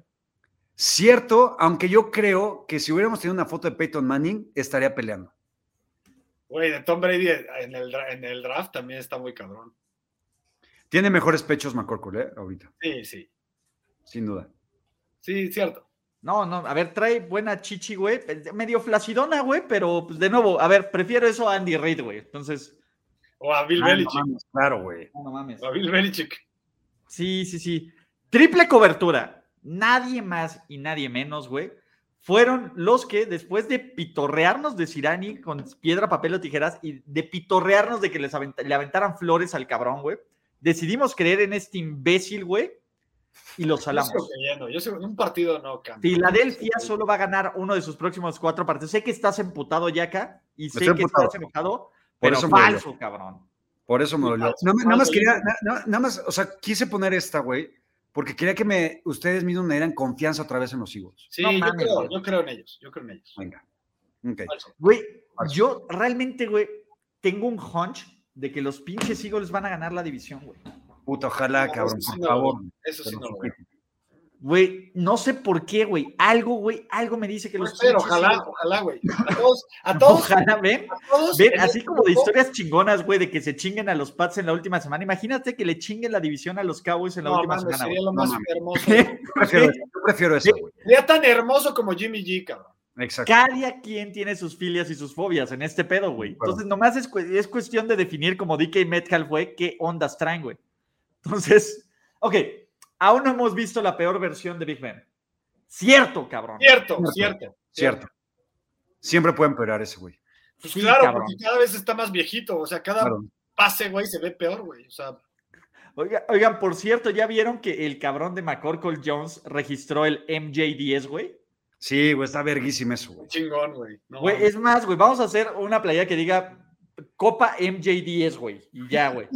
Cierto, aunque yo creo que si hubiéramos tenido una foto de Peyton Manning, estaría peleando. Güey, de Tom Brady en el, en el draft también está muy cabrón. Tiene mejores pechos McCorkle, ¿eh? Ahorita. Sí, sí. Sin duda. Sí, cierto. No, no, a ver, trae buena chichi, güey, medio flacidona, güey, pero pues, de nuevo, a ver, prefiero eso a Andy Reid, güey, entonces. O a Bill Ah, Belichick. no mames, claro, güey. No, no mames. O a Bill Belichick. Sí, sí, sí. Triple cobertura. Nadie más y nadie menos, güey. Fueron los que, después de pitorrearnos de Sirianni con piedra, papel o tijeras y de pitorrearnos de que les avent- le aventaran flores al cabrón, güey, decidimos creer en este imbécil, güey, y lo Yo salamos. sigo creyendo. Yo sigo, en un partido no cambia. Filadelfia solo va a ganar uno de sus próximos cuatro partidos. Sé que estás emputado, Yaka, y sé Estoy que emputado. estás enojado, Por pero eso me dolió. falso, cabrón. Por eso me Muy dolió. falso, Nada, nada más falso, quería, yo- na- na- nada más, o sea, quise poner esta, güey, porque quería que me, ustedes mismos me dieran confianza otra vez en los Eagles. Sí, No yo, mames, creo, güey. yo creo en ellos. Yo creo en ellos. Venga. Ok. Falso. Güey, Falso. yo realmente, güey, tengo un hunch de que los pinches Eagles van a ganar la división, güey. Puta, ojalá, No, cabrón, eso sí por no lo favor. veo. Eso sí Te lo no lo veo. suplico. Güey, no sé por qué, güey. Algo, güey, algo me dice que los Puede ser, pinches ojalá, Eagles- ojalá, güey. A todos, a todos, Ojalá, ven. a todos. Ven, en así este como de grupo, historias chingonas, güey, de que se chinguen a los Pats en la última semana. Imagínate que le chinguen la división a los Cowboys en la No, última mames, semana, sería güey. lo No más mames. hermoso. Yo prefiero esa, yo prefiero esa, güey. Sería tan hermoso como Jimmy G, cabrón. Exacto. Cada quien tiene sus filias y sus fobias en este pedo, güey. Bueno. Entonces, nomás es, cu- es cuestión de definir como D K Metcalf, güey, qué ondas traen, güey. Entonces, ok, aún no hemos visto la peor versión de Big Ben. Cierto, cabrón. Cierto, Cierto. cierto. Cierto. Siempre puede empeorar ese, güey. Pues Sí, claro, cabrón. porque cada vez está más viejito. O sea, cada Claro. pase, güey, se ve peor, güey. O sea, Oiga- oigan, por cierto, ¿ya vieron que el cabrón de McCorkle Jones registró el M J diez, güey? Sí, güey, está verguísima eso, güey. chingón, güey. No, Güey, es más, güey, vamos a hacer una playa que diga Copa M J diez, güey. Y ya, güey.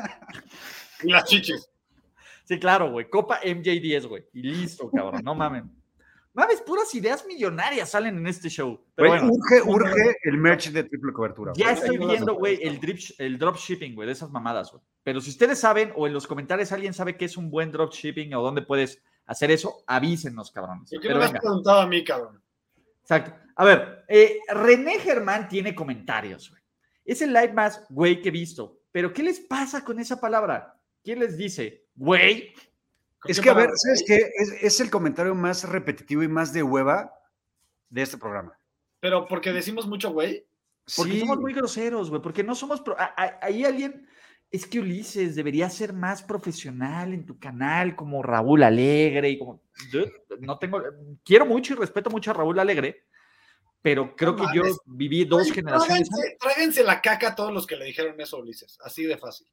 Y las chichis. Sí, claro, güey. Copa M J diez, güey. Y listo, cabrón. No mames. Mames, puras ideas millonarias salen en este show. Pero Güey, bueno, urge, urge el merch de triple cobertura. ya güey. estoy no las viendo, güey, encuentro. el, drip- el dropshipping, güey, de esas mamadas, güey. Pero si ustedes saben o en los comentarios alguien sabe qué es un buen dropshipping o dónde puedes hacer eso, avísenos, cabrones. ¿Por qué Pero no me has venga. preguntado a mí, cabrón? Exacto. A ver, eh, René Germán tiene comentarios, güey. Es el live más güey que he visto. Pero ¿qué les pasa con esa palabra? ¿Quién les dice, güey? ¿Con Es qué que, a ver, palabra, ¿sabes güey? qué? Es, es el comentario más repetitivo y más de hueva de este programa. Pero porque decimos mucho, güey. Porque Sí, somos muy groseros, güey. Porque no somos... pro- a- a- Ahí alguien... Es que Ulises debería ser más profesional en tu canal, como Raúl Alegre y como... Dude, no tengo... Quiero mucho y respeto mucho a Raúl Alegre, pero creo No que yo mames. viví dos Güey, generaciones. Tráguense, tráguense la caca a todos los que le dijeron eso a Ulises. Así de fácil.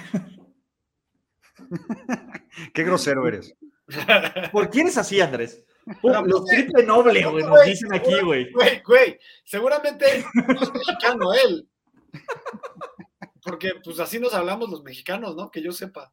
qué grosero eres. ¿Por qué eres así, Andrés? Pero, Los pues, triple noble, güey, nos güey, dicen aquí, güey. Güey, güey, seguramente no es mexicano él. Porque pues así nos hablamos los mexicanos, ¿no? Que yo sepa.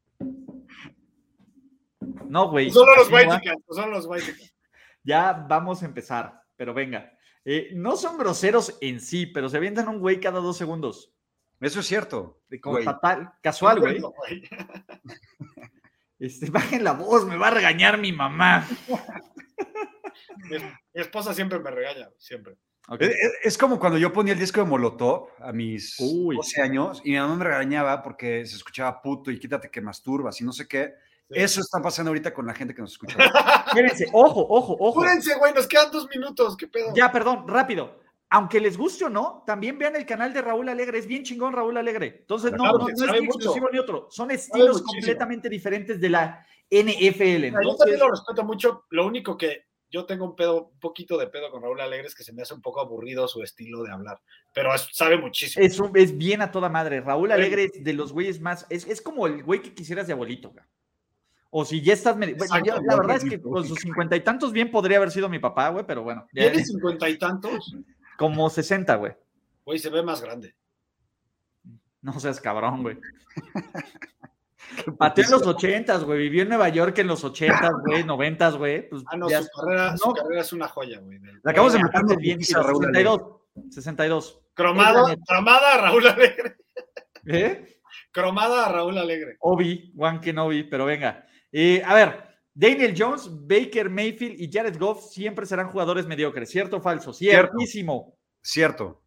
No, güey. Solo los así no va. white solo los white Ya vamos a empezar, pero venga. Eh, no son groseros en sí, pero se avientan un güey cada dos segundos. Eso es cierto. De como güey. fatal, casual, güey. güey. Este, bajen la voz, me va a regañar mi mamá. Mi, mi esposa siempre me regaña, siempre. Ok. Es, es- es como cuando yo ponía el disco de Molotov a mis Uy. doce años y mi mamá me regañaba porque se escuchaba puto y quítate que masturbas y no sé qué. Sí. Eso está pasando ahorita con la gente que nos escucha. Espérense, ojo, ojo, ojo. Apúrense, güey, nos quedan dos minutos, ¿qué pedo? Ya, perdón, rápido. Aunque les guste o no, también vean el canal de Raúl Alegre. Es bien chingón Raúl Alegre. Entonces, no, Claro, no, que no es sabe ni mucho. exclusivo ni otro. Son estilos muchísimo. completamente diferentes de la N F L. Yo Entonces, también lo respeto mucho. Lo único que yo tengo un pedo, un poquito de pedo con Raúl Alegre es que se me hace un poco aburrido su estilo de hablar. Pero es- sabe muchísimo. es, un- es bien a toda madre. Raúl Alegre es de los güeyes más. Es, es como el güey que quisieras de abuelito, güey. O si ya estás. medio- bueno, Exacto, yo- la güey, verdad es que con sus cincuenta y tantos bien podría haber sido mi papá, güey, pero bueno. ya- Tiene cincuenta y tantos. como sesenta, güey. Güey, se ve más grande. No seas cabrón, güey. Pateó en los ochentas, güey. Vivió en Nueva York en los ochentas, güey, noventas, güey. Pues Ah, no, ya- su carrera, no. su carrera es una joya, güey. Le acabamos de Güey, meter aparte una bien putiza chido, a Raúl sesenta y Alegre. dos. sesenta y dos. Cromada, Es la neta. cromada a Raúl Alegre. ¿Eh? Cromada a Raúl Alegre. Obi, Juan Kenobi, pero venga. Eh, a ver, Daniel Jones, Baker Mayfield y Jared Goff siempre serán jugadores mediocres, ¿cierto o falso? Cierto. Ciertísimo. Cierto.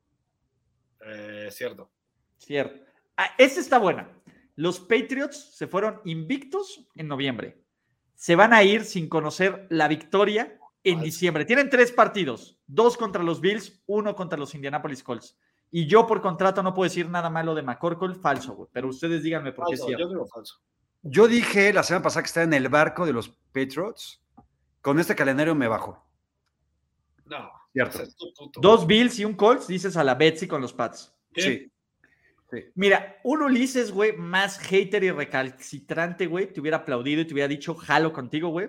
Eh, cierto. Cierto. Ah, esta está buena. Los Patriots se fueron invictos en noviembre. Se van a ir sin conocer la victoria en Falso. diciembre. Tienen tres partidos, dos contra los Bills, uno contra los Indianapolis Colts. Y yo por contrato no puedo decir nada malo de McCorkle, falso, güey. Pero ustedes díganme por qué es Falso, cierto. yo digo falso. Yo dije la semana pasada que estaba en el barco de los Patriots. Con este calendario me bajo. No. Cierto. ese es tu puto. Dos Bills y un Colts, dices a la Betsy con los Pats. ¿Qué? Sí. Sí. Mira, un Ulises, güey, más hater y recalcitrante, güey, te hubiera aplaudido y te hubiera dicho, jalo contigo, güey.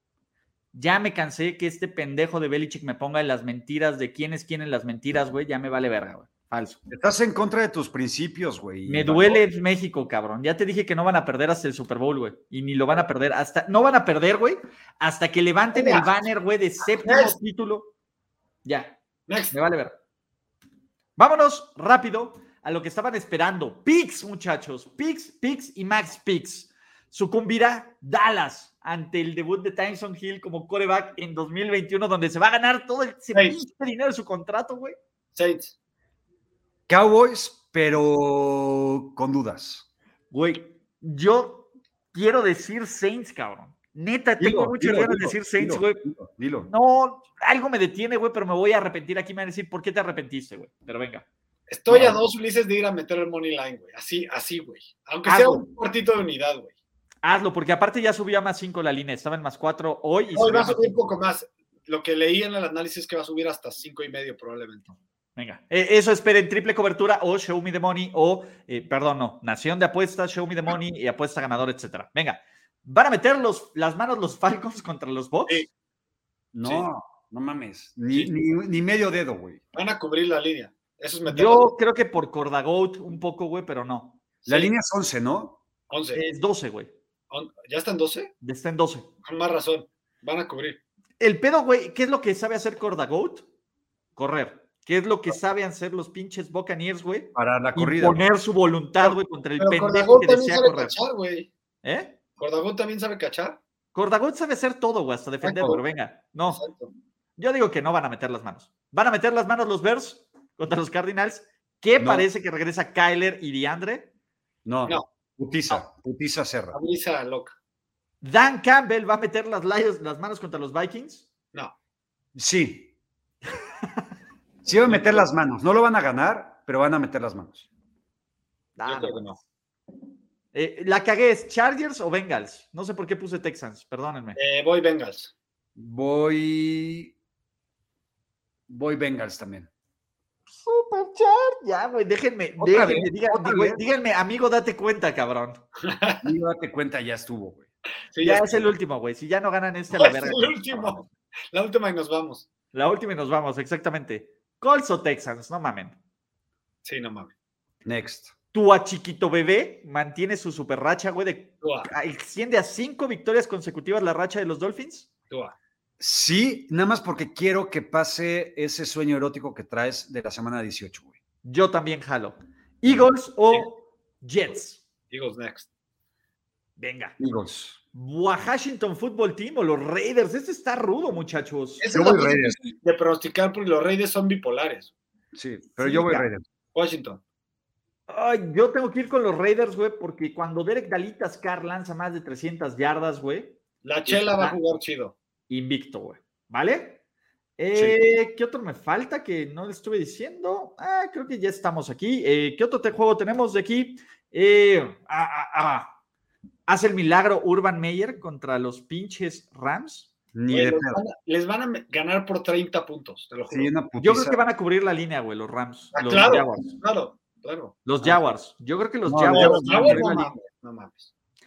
Ya me cansé que este pendejo de Belichick me ponga en las mentiras de quién es quién en las mentiras, güey. Ya me vale verga, güey. Falso. Estás en contra de tus principios, güey. Me duele México, cabrón. Ya te dije que no van a perder hasta el Super Bowl, güey. Y ni lo van a perder hasta... No van a perder, güey, hasta que levanten el banner, güey, de séptimo Next. título. Ya. Next. Me vale ver. Vámonos rápido a lo que estaban esperando. Picks, muchachos. Picks, picks y Max Picks. Sucumbirá Dallas ante el debut de Tyson Hill como quarterback en dos mil veintiuno, donde se va a ganar todo el ese Hey. pinche dinero de su contrato, güey. Saints. Cowboys, pero con dudas. Güey, yo quiero decir Saints, cabrón. Neta, tengo Dilo, muchas dilo, ganas de dilo, decir Saints, dilo, güey. Dilo, dilo. No, algo me detiene, güey, pero me voy a arrepentir. Aquí me van a decir, ¿por qué te arrepentiste, güey? Pero venga. Estoy No. a dos Ulises de ir a meter el money line, güey. Así, así, güey. Aunque Ah, sea güey. un cuartito de unidad, güey. Hazlo, porque aparte ya subió a más cinco la línea. Estaba en más cuatro hoy y Hoy subió va a a más subir un cinco. poco más. Lo que leí en el análisis es que va a subir hasta cinco y medio probablemente. Venga, eh, eso esperen triple cobertura o Show Me the Money o, eh, perdón, no, Nación de Apuestas, Show Me the Money y Apuesta Ganador, etcétera. Venga, ¿van a meter los, las manos los Falcons contra los Bucks? Sí. No, Sí. no mames. Ni, Sí. ni, ni medio dedo, güey. Van a cubrir la línea. Eso es meter Yo creo que por Cordagout un poco, güey, pero no. La Sí. línea es once, ¿no? once. Es doce, güey. On- ¿Ya están doce? Está en doce. Con más razón. Van a cubrir. El pedo, güey, ¿qué es lo que sabe hacer Cordagout? Correr. ¿Qué es lo que saben hacer los pinches Buccaneers, güey? Para la corrida. güey. Imponer su voluntad, güey, contra el Pero pendejo Cordagot que también desea sabe correr. cachar, güey. ¿Eh? Cordagot también sabe cachar. Cordagout sabe hacer todo, güey, hasta defender, Exacto. pero venga. No, Exacto. yo digo que no van a meter las manos. Van a meter las manos los Bears contra los Cardinals. ¿Qué No. parece que regresa Kyler y DeAndre? No, No. Putiza, putiza cerra. Avisa loca. Dan Campbell va a meter las, Lions- las manos contra los Vikings. No. Sí. Sí va a meter las manos. No lo van a ganar, pero van a meter las manos. Ah, Yo creo que no. Eh, la cagué, ¿es Chargers o Bengals? No sé por qué puse Texans, perdónenme. Eh, voy Bengals. Voy. Voy Bengals también. Super Char, ya, güey, déjenme, Otra déjenme, vez, digan- otra güey, vez. díganme, amigo, date cuenta, cabrón. Y date cuenta, ya estuvo, güey. Sí, Ya ya es el último, güey. Si ya no ganan este, a la Es verga. el último. La última y nos vamos. La última y nos vamos, exactamente. Colts o Texans, no mamen. Sí, no mames. Next. Tu a chiquito bebé mantiene su super racha, güey, de Tua, extiende a cinco victorias consecutivas la racha de los Dolphins. Tua. Sí, nada más porque quiero que pase ese sueño erótico que traes de la semana dieciocho, güey. Yo también jalo. Eagles o Jets. Eagles next. Venga. Eagles. Washington Football Team o los Raiders. Este está rudo, muchachos. Esa Yo es la voy más Raiders. difícil de pronosticar porque los Raiders son bipolares. Sí, pero Sí, yo voy ca- Raiders. Washington. Ay, yo tengo que ir con los Raiders, güey, porque cuando Derek Dalitas Carr lanza más de trescientas yardas, güey, La Chela va a Está- jugar chido. invicto, güey. ¿Vale? Eh, ¿Qué otro me falta que no le estuve diciendo? Ah, creo que ya estamos aquí. Eh, ¿Qué otro te- juego tenemos de aquí? Eh, ah, ah, ah. Hace el milagro Urban Meyer contra los pinches Rams. Ni Güey, de les, pedo. van a, les van a me- ganar por treinta puntos, te lo juro. Sí, una Yo putiza. creo que van a cubrir la línea, güey, los Rams. Ah, los claro, Jaguars. claro, claro. Los Jaguars. Yo creo que los No, Jaguars los van a Jaguars cubrir no la línea. mames, no mames.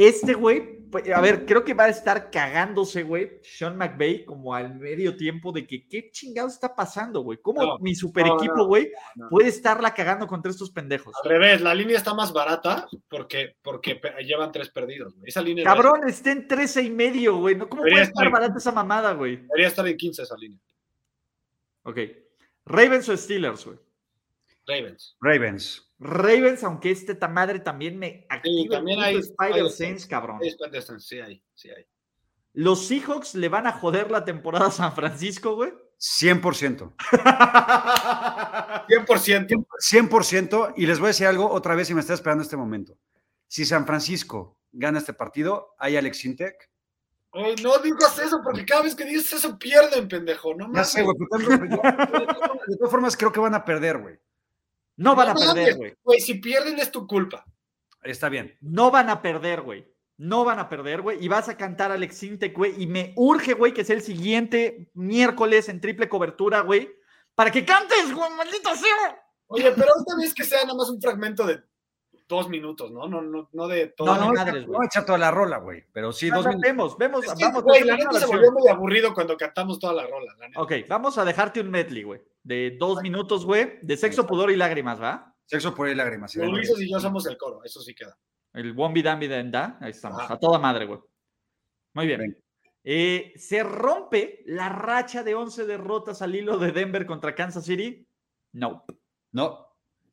Este güey, pues, a ver, creo que va a estar cagándose, güey, Sean McVay, como al medio tiempo de que qué chingados está pasando, güey. ¿Cómo No, mi super no, equipo, no, güey, no. puede estarla cagando contra estos pendejos? Al revés, la línea está más barata porque, porque pe- llevan tres perdidos, güey. Esa línea Cabrón, está en trece y medio, güey. ¿No? ¿Cómo Debería puede estar estar- barata esa mamada, güey? debería estar en quince esa línea. Ok. Ravens o Steelers, güey. Ravens. Ravens. Ravens, aunque este ta madre también me activa también el puto hay- Spider hay- Sense, cabrón. Sí, Spider-Sense, sí hay, sí hay. ¿Los Seahawks le van a joder la temporada a San Francisco, güey? cien por ciento. cien por ciento. cien por ciento. Y les voy a decir algo otra vez si me está esperando este momento. Si San Francisco gana este partido, hay Alex Sintek. Ay, no digas eso, porque cada vez que dices eso pierden, pendejo. No Ya mames. sé, güey. pero tanto- yo- De todas formas, creo que van a perder, güey. No van a No perder, mames, güey. Güey, si pierden es tu culpa. Está bien. No van a perder, güey. No van a perder, güey. Y vas a cantar Alex Sintek, güey. Y me urge, güey, que sea el siguiente miércoles en triple cobertura, güey. Para que cantes, güey, maldita sea. Oye, pero esta vez que sea nada más un fragmento de dos minutos, ¿no? No, no, no de todo. No, no, No, madres, güey. no echa toda la rola, güey. Pero sí, dos Anda, minutos. Vemos, vemos. Es que, vamos güey, a la hacer neta una se versión. volvió muy aburrido cuando cantamos toda la rola, la neta. Ok, vamos a dejarte un medley, güey. De dos minutos, güey. De sexo, pudor y lágrimas, ¿va? Sexo por ahí lágrimas. sí, Los güey. Ulises y yo somos el coro, eso sí queda. El Wombi Dambi da. Ahí estamos. Ajá. A toda madre, güey. Muy bien. Venga. Eh, ¿Se rompe la racha de once derrotas al hilo de Denver contra Kansas City? No. No.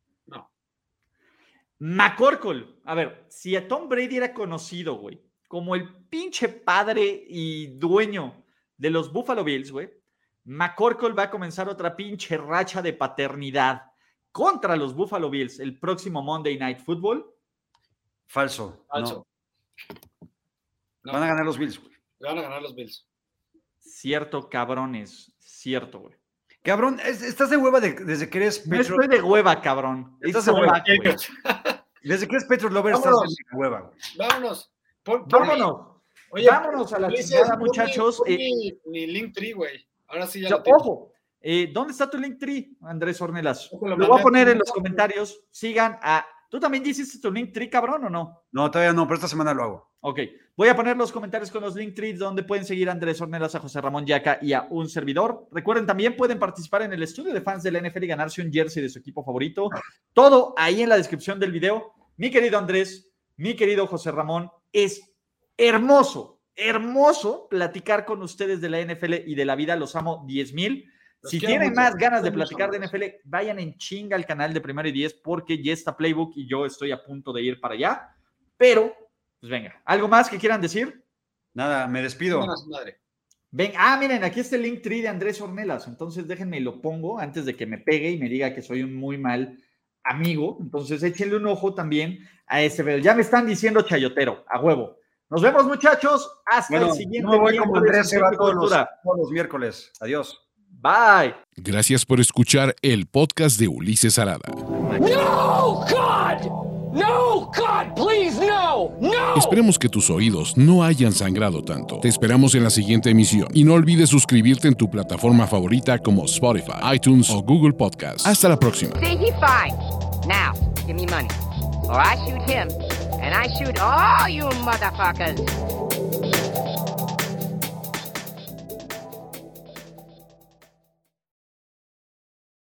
McCorkle. A ver, si a Tom Brady era conocido, güey, como el pinche padre y dueño de los Buffalo Bills, güey, McCorkle va a comenzar otra pinche racha de paternidad contra los Buffalo Bills el próximo Monday Night Football. Falso. Falso. No. No. Van a ganar los Bills, güey. Van a ganar los Bills. Cierto, cabrones. Cierto, güey. Cabrón, es- estás de hueva de- desde que eres No Petro. estoy de hueva, cabrón. Estás Es de hueva, comeback, güey. Desde que eres Petro Lover, estás Vámonos. de hueva, güey. Vámonos. Pon- pon mi- Vámonos. Oye, Vámonos a la Ulises, chingada, pon mi- muchachos. pon Eh, Mi, mi Linktree, güey. Ahora sí ya Ya, lo tengo. ojo, eh, ¿dónde está tu Linktree, Andrés Ornelas? Ojo, Lo lo voy a mandé poner a- en los comentarios. Sigan a... ¿Tú también hiciste tu Linktree, cabrón, o no? No, todavía no, pero esta semana lo hago. Ok, voy a poner los comentarios con los Linktrees donde pueden seguir a Andrés Ornelas, a José Ramón Yaca y a un servidor. Recuerden, también pueden participar en el estudio de fans de la N F L y ganarse un jersey de su equipo favorito. Todo ahí en la descripción del video. Mi querido Andrés, mi querido José Ramón, es hermoso, hermoso platicar con ustedes de la N F L y de la vida. Los amo diez mil. Los Si quiero tienen mucho, más ganas de los quiero platicar de mucho. N F L, vayan en chinga al canal de Primero y Diez porque ya está Playbook y yo estoy a punto de ir para allá. Pero, pues venga, ¿algo más que quieran decir? Nada, me despido. Buenas, madre. Ven, ah, miren, aquí está el Linktree de Andrés Ornelas. Entonces déjenme y lo pongo antes de que me pegue y me diga que soy un muy mal amigo. Entonces échenle un ojo también a ese video. Ya me están diciendo chayotero, a huevo. Nos vemos, muchachos. Hasta Bueno, el siguiente no me voy como miércoles Andrés se en va Triple todos los, Cultura. todos los miércoles. Adiós. Bye. Gracias por escuchar el podcast de Ulises Arada. No, God! No, God, please, no! No! Esperemos que tus oídos no hayan sangrado tanto. Te esperamos en la siguiente emisión. Y no olvides suscribirte en tu plataforma favorita como Spotify, iTunes o Google Podcast. Hasta la próxima. See, he fine. Now, give me money. Or I shoot him, and I shoot all you motherfuckers.